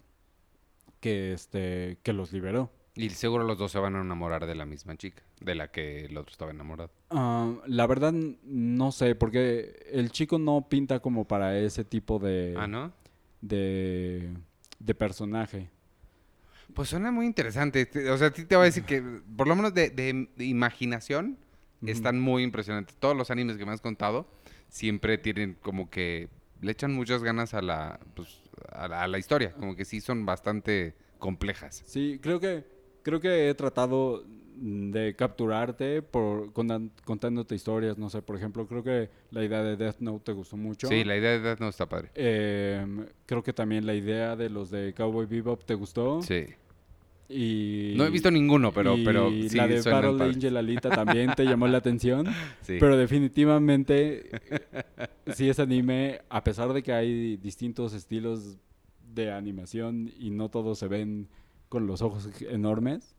los liberó. Y seguro los dos se van a enamorar de la misma chica, de la que el otro estaba enamorado. La verdad no sé, porque el chico no pinta como para ese tipo de... ¿Ah, no? De personaje. Pues suena muy interesante. O sea, a ti te voy a decir que, por lo menos de imaginación, están muy impresionantes. Todos los animes que me has contado siempre tienen como que... Le echan muchas ganas a la historia. Como que sí son bastante complejas. Sí, creo que he tratado de capturarte contándote historias. No sé, por ejemplo, creo que la idea de Death Note te gustó mucho. Sí, la idea de Death Note está padre. Creo que también la idea de los de Cowboy Bebop te gustó. Sí. Y no he visto ninguno, pero sí, la de Battle Angel Alita también te llamó la atención. Sí. Pero definitivamente sí es anime, a pesar de que hay distintos estilos de animación y no todos se ven con los ojos enormes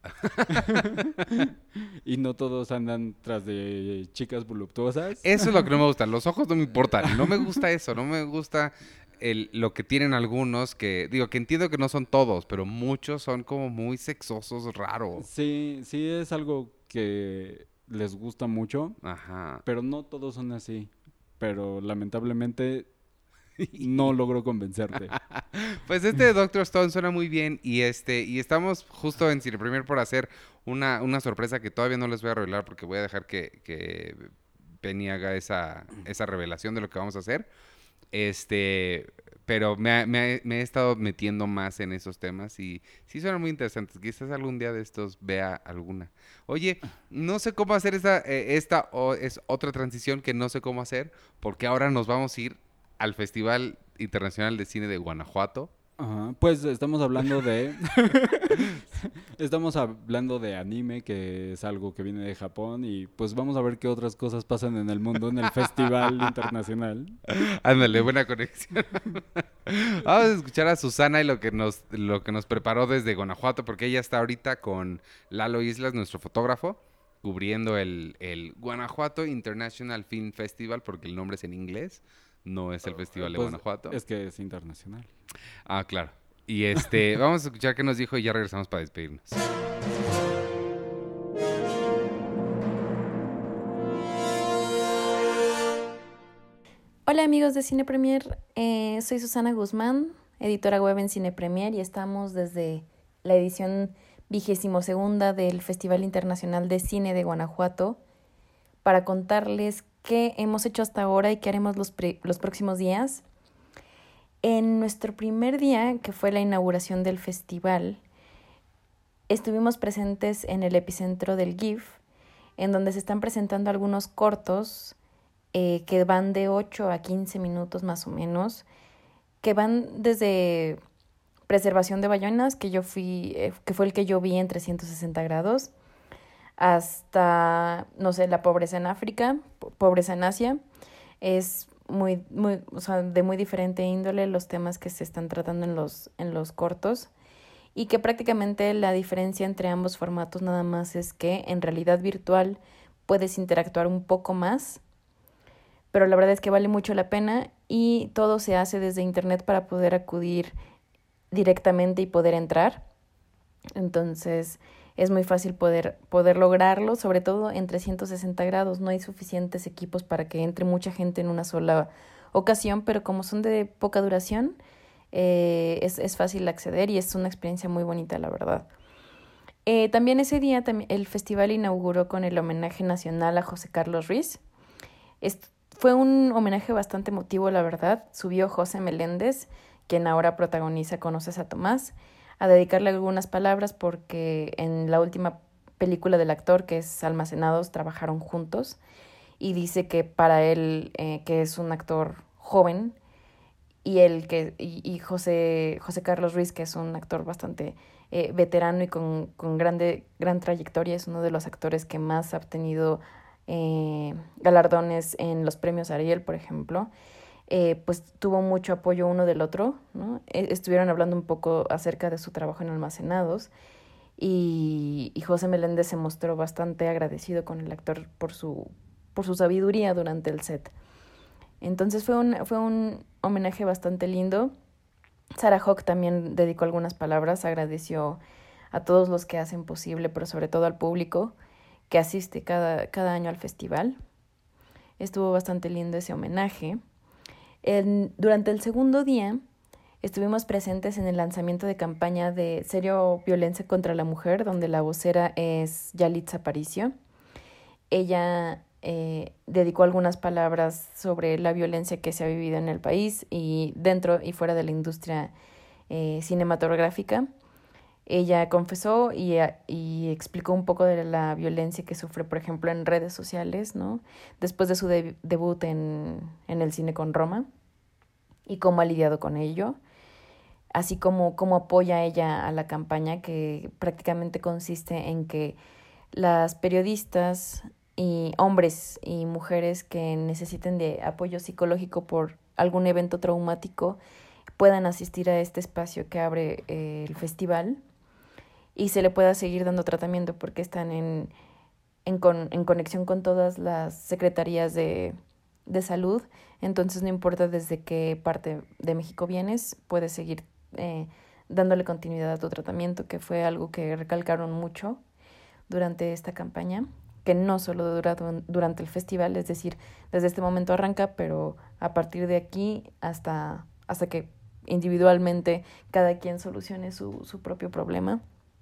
y no todos andan tras de chicas voluptuosas. Eso es lo que no me gusta. Los ojos no me importan. No me gusta eso. No me gusta lo que tienen algunos que... Digo, que entiendo que no son todos, pero muchos son como muy sexosos, raros. Sí es algo que les gusta mucho. Ajá. Pero no todos son así. Pero lamentablemente... no logro convencerte. Pues de Doctor Stone suena muy bien y estamos justo en Cine Premier por hacer una sorpresa que todavía no les voy a revelar porque voy a dejar que Penny haga esa revelación de lo que vamos a hacer. Pero me he estado metiendo más en esos temas y sí suenan muy interesantes. Quizás algún día de estos vea alguna. Oye, no sé cómo hacer esta es otra transición que no sé cómo hacer porque ahora nos vamos a ir al Festival Internacional de Cine de Guanajuato. Ajá, pues estamos hablando de anime, que es algo que viene de Japón, y pues vamos a ver qué otras cosas pasan en el mundo en el Festival Internacional. Ándale, buena conexión. Vamos a escuchar a Susana y lo que nos preparó desde Guanajuato, porque ella está ahorita con Lalo Islas, nuestro fotógrafo, cubriendo el Guanajuato International Film Festival, porque el nombre es en inglés. No es el Festival de Guanajuato. Es que es internacional. Ah, claro. Y vamos a escuchar qué nos dijo y ya regresamos para despedirnos. Hola amigos de Cine Premier, soy Susana Guzmán, editora web en Cine Premier, y estamos desde la edición 22ª del Festival Internacional de Cine de Guanajuato para contarles qué hemos hecho hasta ahora y qué haremos los próximos días. En nuestro primer día, que fue la inauguración del festival, estuvimos presentes en el epicentro del GIF, en donde se están presentando algunos cortos que van de 8 a 15 minutos más o menos, que van desde Preservación de ballenas, que fue el que yo vi en 360 grados, hasta, no sé, la pobreza en África, pobreza en Asia. Es muy, o sea, de muy diferente índole los temas que se están tratando en los cortos, y que prácticamente la diferencia entre ambos formatos nada más es que en realidad virtual puedes interactuar un poco más, pero la verdad es que vale mucho la pena y todo se hace desde internet para poder acudir directamente y poder entrar. Entonces es muy fácil poder lograrlo, sobre todo en 360 grados. No hay suficientes equipos para que entre mucha gente en una sola ocasión, pero como son de poca duración, es fácil acceder y es una experiencia muy bonita, la verdad. También ese día el festival inauguró con el homenaje nacional a José Carlos Ruiz. Fue un homenaje bastante emotivo, la verdad. Subió José Meléndez, quien ahora protagoniza Conoces a Tomás, a dedicarle algunas palabras porque en la última película del actor, que es Almacenados, trabajaron juntos, y dice que para él, que es un actor joven, y José Carlos Ruiz, que es un actor bastante veterano y con gran trayectoria, es uno de los actores que más ha obtenido galardones en los premios Ariel, por ejemplo. Pues tuvo mucho apoyo uno del otro, ¿no? Estuvieron hablando un poco acerca de su trabajo en Almacenados, y José Meléndez se mostró bastante agradecido con el actor por su sabiduría durante el set. Entonces fue un homenaje bastante lindo. Sarah Hawk también dedicó algunas palabras, agradeció a todos los que hacen posible, pero sobre todo al público que asiste cada año al festival. Estuvo bastante lindo ese homenaje. Durante el segundo día estuvimos presentes en el lanzamiento de campaña de Cero Violencia contra la Mujer, donde la vocera es Yalitza Aparicio. Ella dedicó algunas palabras sobre la violencia que se ha vivido en el país y dentro y fuera de la industria cinematográfica. Ella confesó y explicó un poco de la violencia que sufre, por ejemplo, en redes sociales, ¿no? Después de su debut en el cine con Roma, y cómo ha lidiado con ello, así como cómo apoya ella a la campaña, que prácticamente consiste en que las periodistas y hombres y mujeres que necesiten de apoyo psicológico por algún evento traumático puedan asistir a este espacio que abre el festival y se le pueda seguir dando tratamiento, porque están en conexión con todas las secretarías de salud. Entonces no importa desde qué parte de México vienes, puedes seguir dándole continuidad a tu tratamiento, que fue algo que recalcaron mucho durante esta campaña, que no solo dura durante el festival, es decir, desde este momento arranca, pero a partir de aquí hasta que individualmente cada quien solucione su propio problema.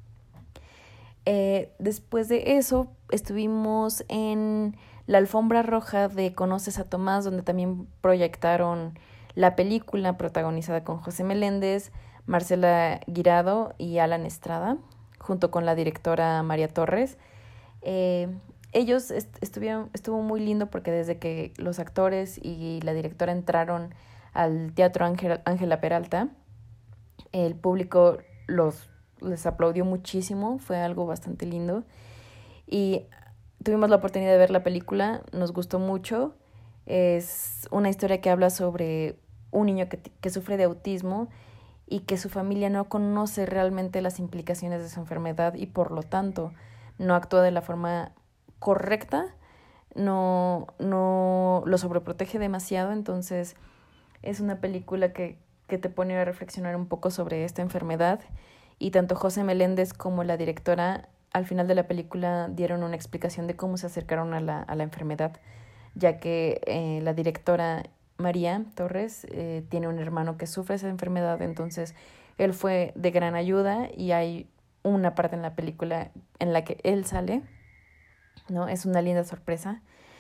Después de eso estuvimos en la alfombra roja de Conoces a Tomás, donde también proyectaron la película protagonizada con José Meléndez, Marcela Guirado y Alan Estrada, junto con la directora María Torres. Ellos estuvo muy lindo porque desde que los actores y la directora entraron al Teatro Ángela Peralta, el público les aplaudió muchísimo, fue algo bastante lindo. Y tuvimos la oportunidad de ver la película, nos gustó mucho. Es una historia que habla sobre un niño que sufre de autismo y que su familia no conoce realmente las implicaciones de su enfermedad y por lo tanto no actúa de la forma correcta, no lo sobreprotege demasiado. Entonces es una película que te pone a reflexionar un poco sobre esta enfermedad, y tanto José Meléndez como la directora al final de la película dieron una explicación de cómo se acercaron a la enfermedad, ya que la directora María Torres tiene un hermano que sufre esa enfermedad, entonces él fue de gran ayuda y hay una parte en la película en la que él sale, ¿no? Es una linda sorpresa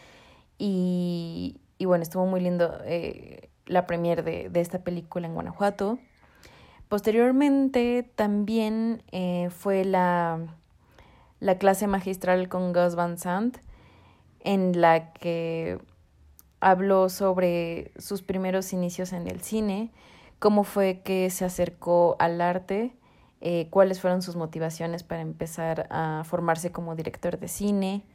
y bueno, estuvo muy lindo la premiere de esta película en Guanajuato. Posteriormente también fue la clase magistral con Gus Van Sant, en la que habló sobre sus primeros inicios en el cine, cómo fue que se acercó al arte, cuáles fueron sus motivaciones para empezar a formarse como director de cine.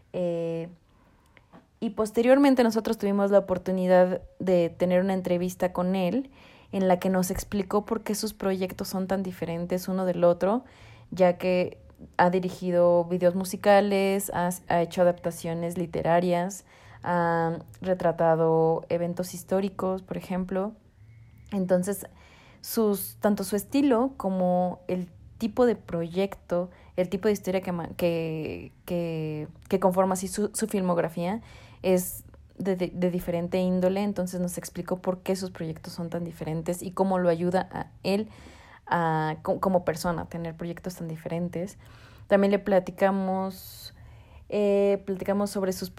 Y posteriormente nosotros tuvimos la oportunidad de tener una entrevista con él en la que nos explicó por qué sus proyectos son tan diferentes uno del otro, ya que ha dirigido videos musicales, ha hecho adaptaciones literarias, ha retratado eventos históricos, por ejemplo. Entonces, tanto su estilo como el tipo de proyecto, el tipo de historia que conforma así su filmografía es de diferente índole. Entonces nos explicó por qué sus proyectos son tan diferentes y cómo lo ayuda a él como persona a tener proyectos tan diferentes. También le platicamos sobre su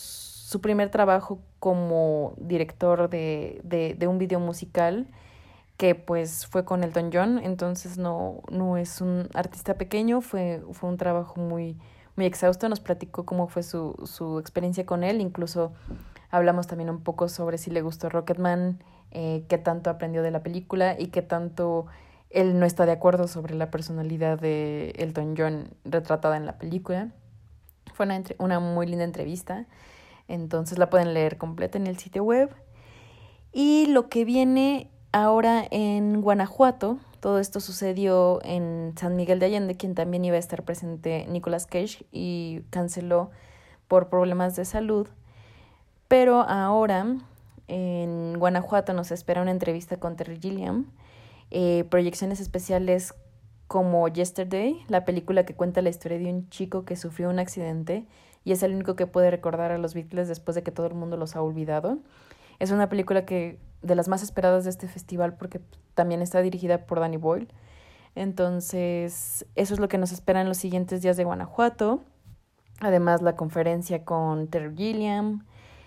primer trabajo como director de un video musical que pues fue con Elton John, entonces no es un artista pequeño, fue un trabajo muy, muy exhausto, nos platicó cómo fue su experiencia con él, incluso hablamos también un poco sobre si le gustó Rocketman, qué tanto aprendió de la película y qué tanto él no está de acuerdo sobre la personalidad de Elton John retratada en la película. Fue una muy linda entrevista, entonces la pueden leer completa en el sitio web. Y lo que viene ahora en Guanajuato, todo esto sucedió en San Miguel de Allende, quien también iba a estar presente Nicolas Cage y canceló por problemas de salud. Pero ahora en Guanajuato nos espera una entrevista con Terry Gilliam, proyecciones especiales como Yesterday, la película que cuenta la historia de un chico que sufrió un accidente y es el único que puede recordar a los Beatles después de que todo el mundo los ha olvidado. Es una película que de las más esperadas de este festival porque también está dirigida por Danny Boyle. Entonces, eso es lo que nos espera en los siguientes días de Guanajuato. Además, la conferencia con Terry Gilliam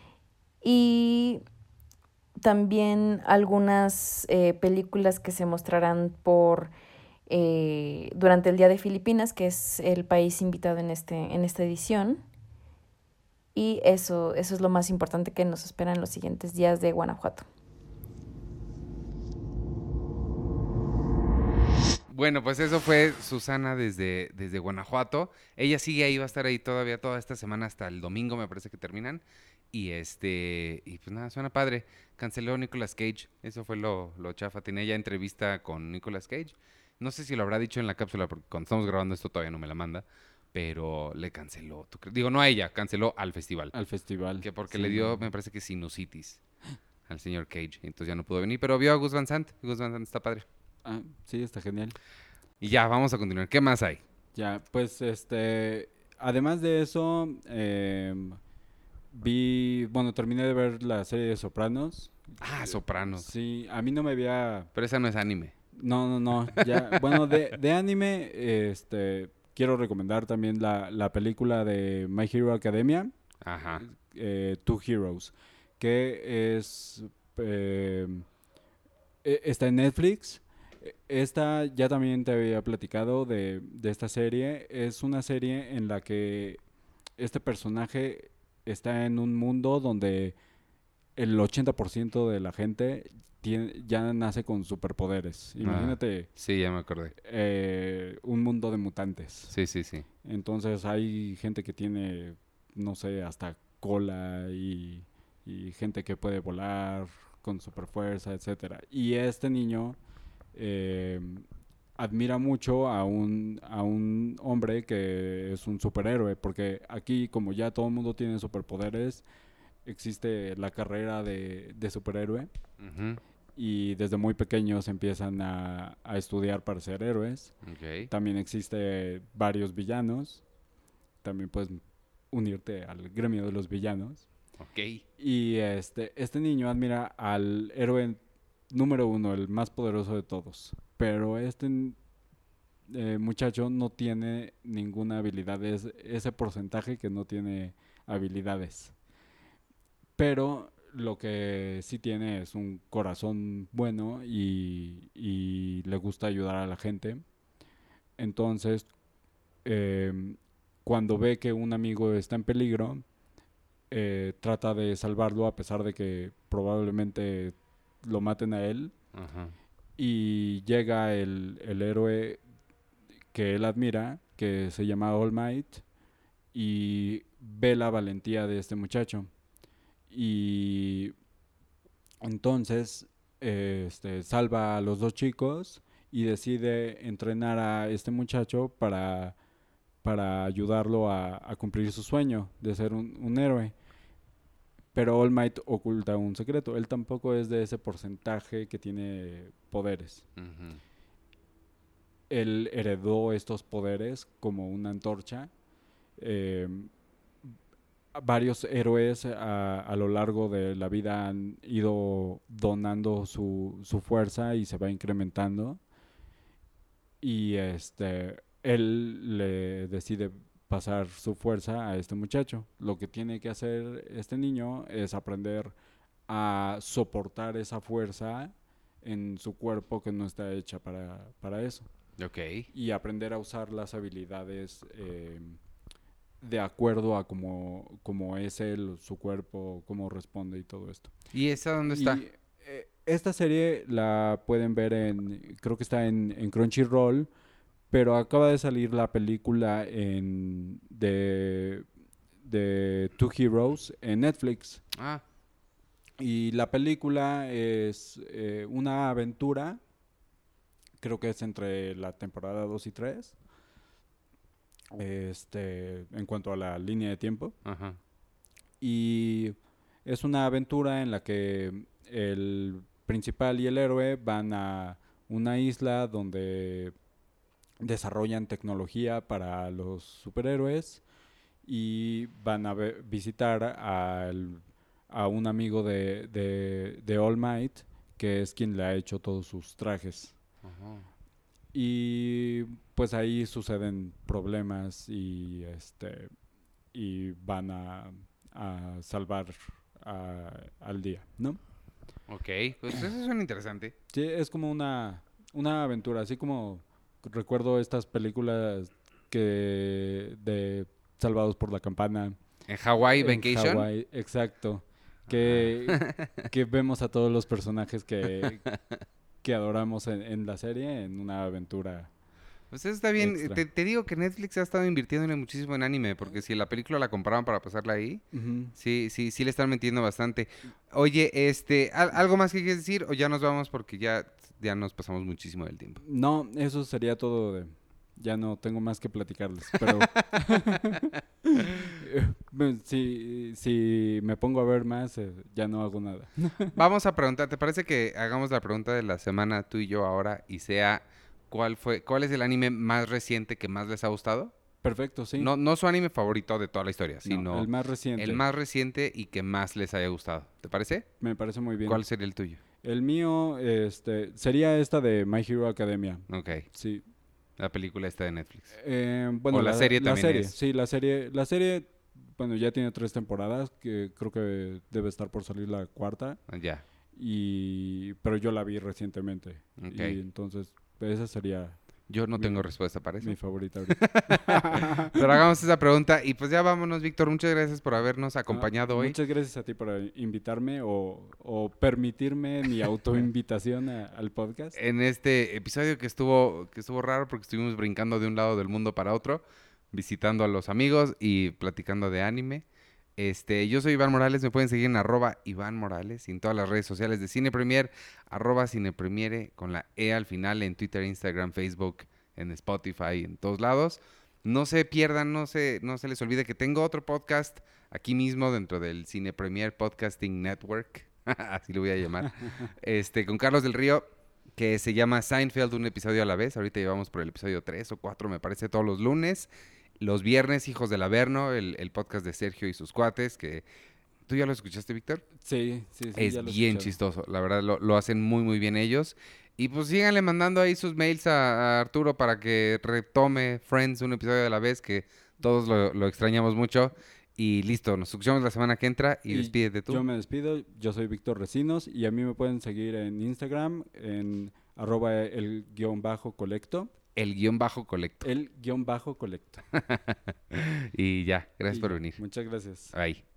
y también algunas películas que se mostrarán durante el Día de Filipinas, que es el país invitado en esta edición. Y eso es lo más importante que nos espera en los siguientes días de Guanajuato. Bueno, pues eso fue Susana desde Guanajuato. Ella sigue ahí, va a estar ahí todavía toda esta semana hasta el domingo, me parece que terminan. Y pues nada, suena padre. Canceló Nicolas Cage, eso fue lo chafa. Tenía ya entrevista con Nicolas Cage. No sé si lo habrá dicho en la cápsula, porque cuando estamos grabando esto todavía no me la manda. Pero le canceló. Digo, no a ella, canceló al festival. Al festival. Que porque le dio, me parece que sinusitis al señor Cage. Entonces ya no pudo venir. Pero vio a Gus Van Sant. Gus Van Sant está padre. Ah, sí, está genial. Y ya, vamos a continuar. ¿Qué más hay? Ya, pues además de eso, terminé de ver la serie de Sopranos. Ah, Sopranos. Sí, a mí no me había... Pero esa no es anime. No, ya, bueno, de anime, quiero recomendar también la película de My Hero Academia. Ajá. Two Heroes, que está en Netflix. Esta ya también te había platicado de esta serie. Es una serie en la que este personaje está en un mundo donde el 80% de la gente ya nace con superpoderes. Imagínate. Sí, ya me acordé. Un mundo de mutantes. Sí. Entonces hay gente que tiene, no sé, hasta cola y gente que puede volar con superfuerza, etcétera. Y este niño admira mucho a un hombre que es un superhéroe, porque aquí, como ya todo el mundo tiene superpoderes, existe la carrera de superhéroe. Uh-huh. Y desde muy pequeños empiezan a estudiar para ser héroes. Okay. También existe varios villanos. También puedes unirte al gremio de los villanos. Okay. Y este niño admira al héroe número 1, el más poderoso de todos. Pero muchacho no tiene ninguna habilidad. Es ese porcentaje que no tiene habilidades. Pero lo que sí tiene es un corazón bueno y le gusta ayudar a la gente. Entonces, cuando ve que un amigo está en peligro, trata de salvarlo a pesar de que probablemente lo maten a él. Ajá. Y llega el héroe que él admira, que se llama All Might, y ve la valentía de este muchacho. Y entonces salva a los dos chicos y decide entrenar a este muchacho para ayudarlo a cumplir su sueño de ser un héroe. Pero All Might oculta un secreto. Él tampoco es de ese porcentaje que tiene poderes. Uh-huh. Él heredó estos poderes como una antorcha. Varios héroes a lo largo de la vida han ido donando su fuerza y se va incrementando. Y él le decide pasar su fuerza a este muchacho. Lo que tiene que hacer este niño es aprender a soportar esa fuerza en su cuerpo que no está hecha para eso. Ok. Y aprender a usar las habilidades de acuerdo a cómo es él, su cuerpo, cómo responde y todo esto. ¿Y esa dónde está? Y, esta serie la pueden ver creo que está en Crunchyroll, pero acaba de salir la película de Two Heroes en Netflix. Ah. Y la película es una aventura, creo que es entre la temporada 2 y 3, en cuanto a la línea de tiempo. Ajá. Y es una aventura en la que el principal y el héroe van a una isla donde desarrollan tecnología para los superhéroes y van a visitar a un amigo de All Might, que es quien le ha hecho todos sus trajes. Ajá. Y pues ahí suceden problemas y van a salvar al día, ¿no? Ok, pues eso suena interesante. Sí, es como una aventura, así como recuerdo estas películas de Salvados por la Campana. ¿En Hawaii En Vacation? Hawái, exacto. Que vemos a todos los personajes que adoramos en la serie en una aventura. Pues eso está bien. Extra. Te digo que Netflix ha estado invirtiéndole muchísimo en anime, porque si la película la compraban para pasarla ahí, Ujú. sí le están metiendo bastante. Oye, ¿algo más que quieres decir o ya nos vamos porque ya nos pasamos muchísimo del tiempo? No, eso sería todo. Ya no tengo más que platicarles, pero si me pongo a ver más, ya no hago nada. Vamos a preguntar, ¿te parece que hagamos la pregunta de la semana tú y yo ahora y sea cuál es el anime más reciente que más les ha gustado? Perfecto, sí. No su anime favorito de toda la historia, No, sino el más reciente. el más reciente y que más les haya gustado. ¿Te parece? Me parece muy bien. ¿Cuál sería el tuyo? El mío sería esta de My Hero Academia. Ok, Sí. la película está de Netflix. Bueno, O la serie también es. Sí, la serie, bueno, ya tiene 3 temporadas, que creo que debe estar por salir la 4ª, Ya. pero yo la vi recientemente. Ok. Y entonces, esa sería Yo no tengo respuesta para eso. mi favorita ahorita. Pero hagamos esa pregunta y pues ya vámonos, Víctor. Muchas gracias por habernos acompañado hoy. Muchas gracias a ti por invitarme o permitirme mi autoinvitación al podcast. En este episodio que estuvo raro porque estuvimos brincando de un lado del mundo para otro, visitando a los amigos y platicando de anime. Yo soy Iván Morales, me pueden seguir en @Iván Morales y en todas las redes sociales de Cine Premier, @Cinepremiere con la E al final en Twitter, Instagram, Facebook, en Spotify, en todos lados. No se pierdan, no se les olvide que tengo otro podcast aquí mismo dentro del Cine Premier Podcasting Network, así lo voy a llamar, con Carlos del Río, que se llama Seinfeld, un episodio a la vez. Ahorita llevamos por el episodio 3 o 4, me parece, todos los lunes. Los viernes, Hijos del Averno, el podcast de Sergio y sus cuates, que... ¿Tú ya lo escuchaste, Víctor? Sí. Es ya lo he bien escuchado. chistoso, la verdad lo hacen muy muy bien ellos. Y pues síganle mandando ahí sus mails a Arturo para que retome Friends un episodio a la vez, que todos lo extrañamos mucho. Y listo, nos escuchamos la semana que entra y despídete tú. Yo me despido, yo soy Víctor Recinos y a mí me pueden seguir en Instagram en @el_colecto. El_colecto. El_colecto. Y ya, gracias por venir. Muchas gracias. Bye.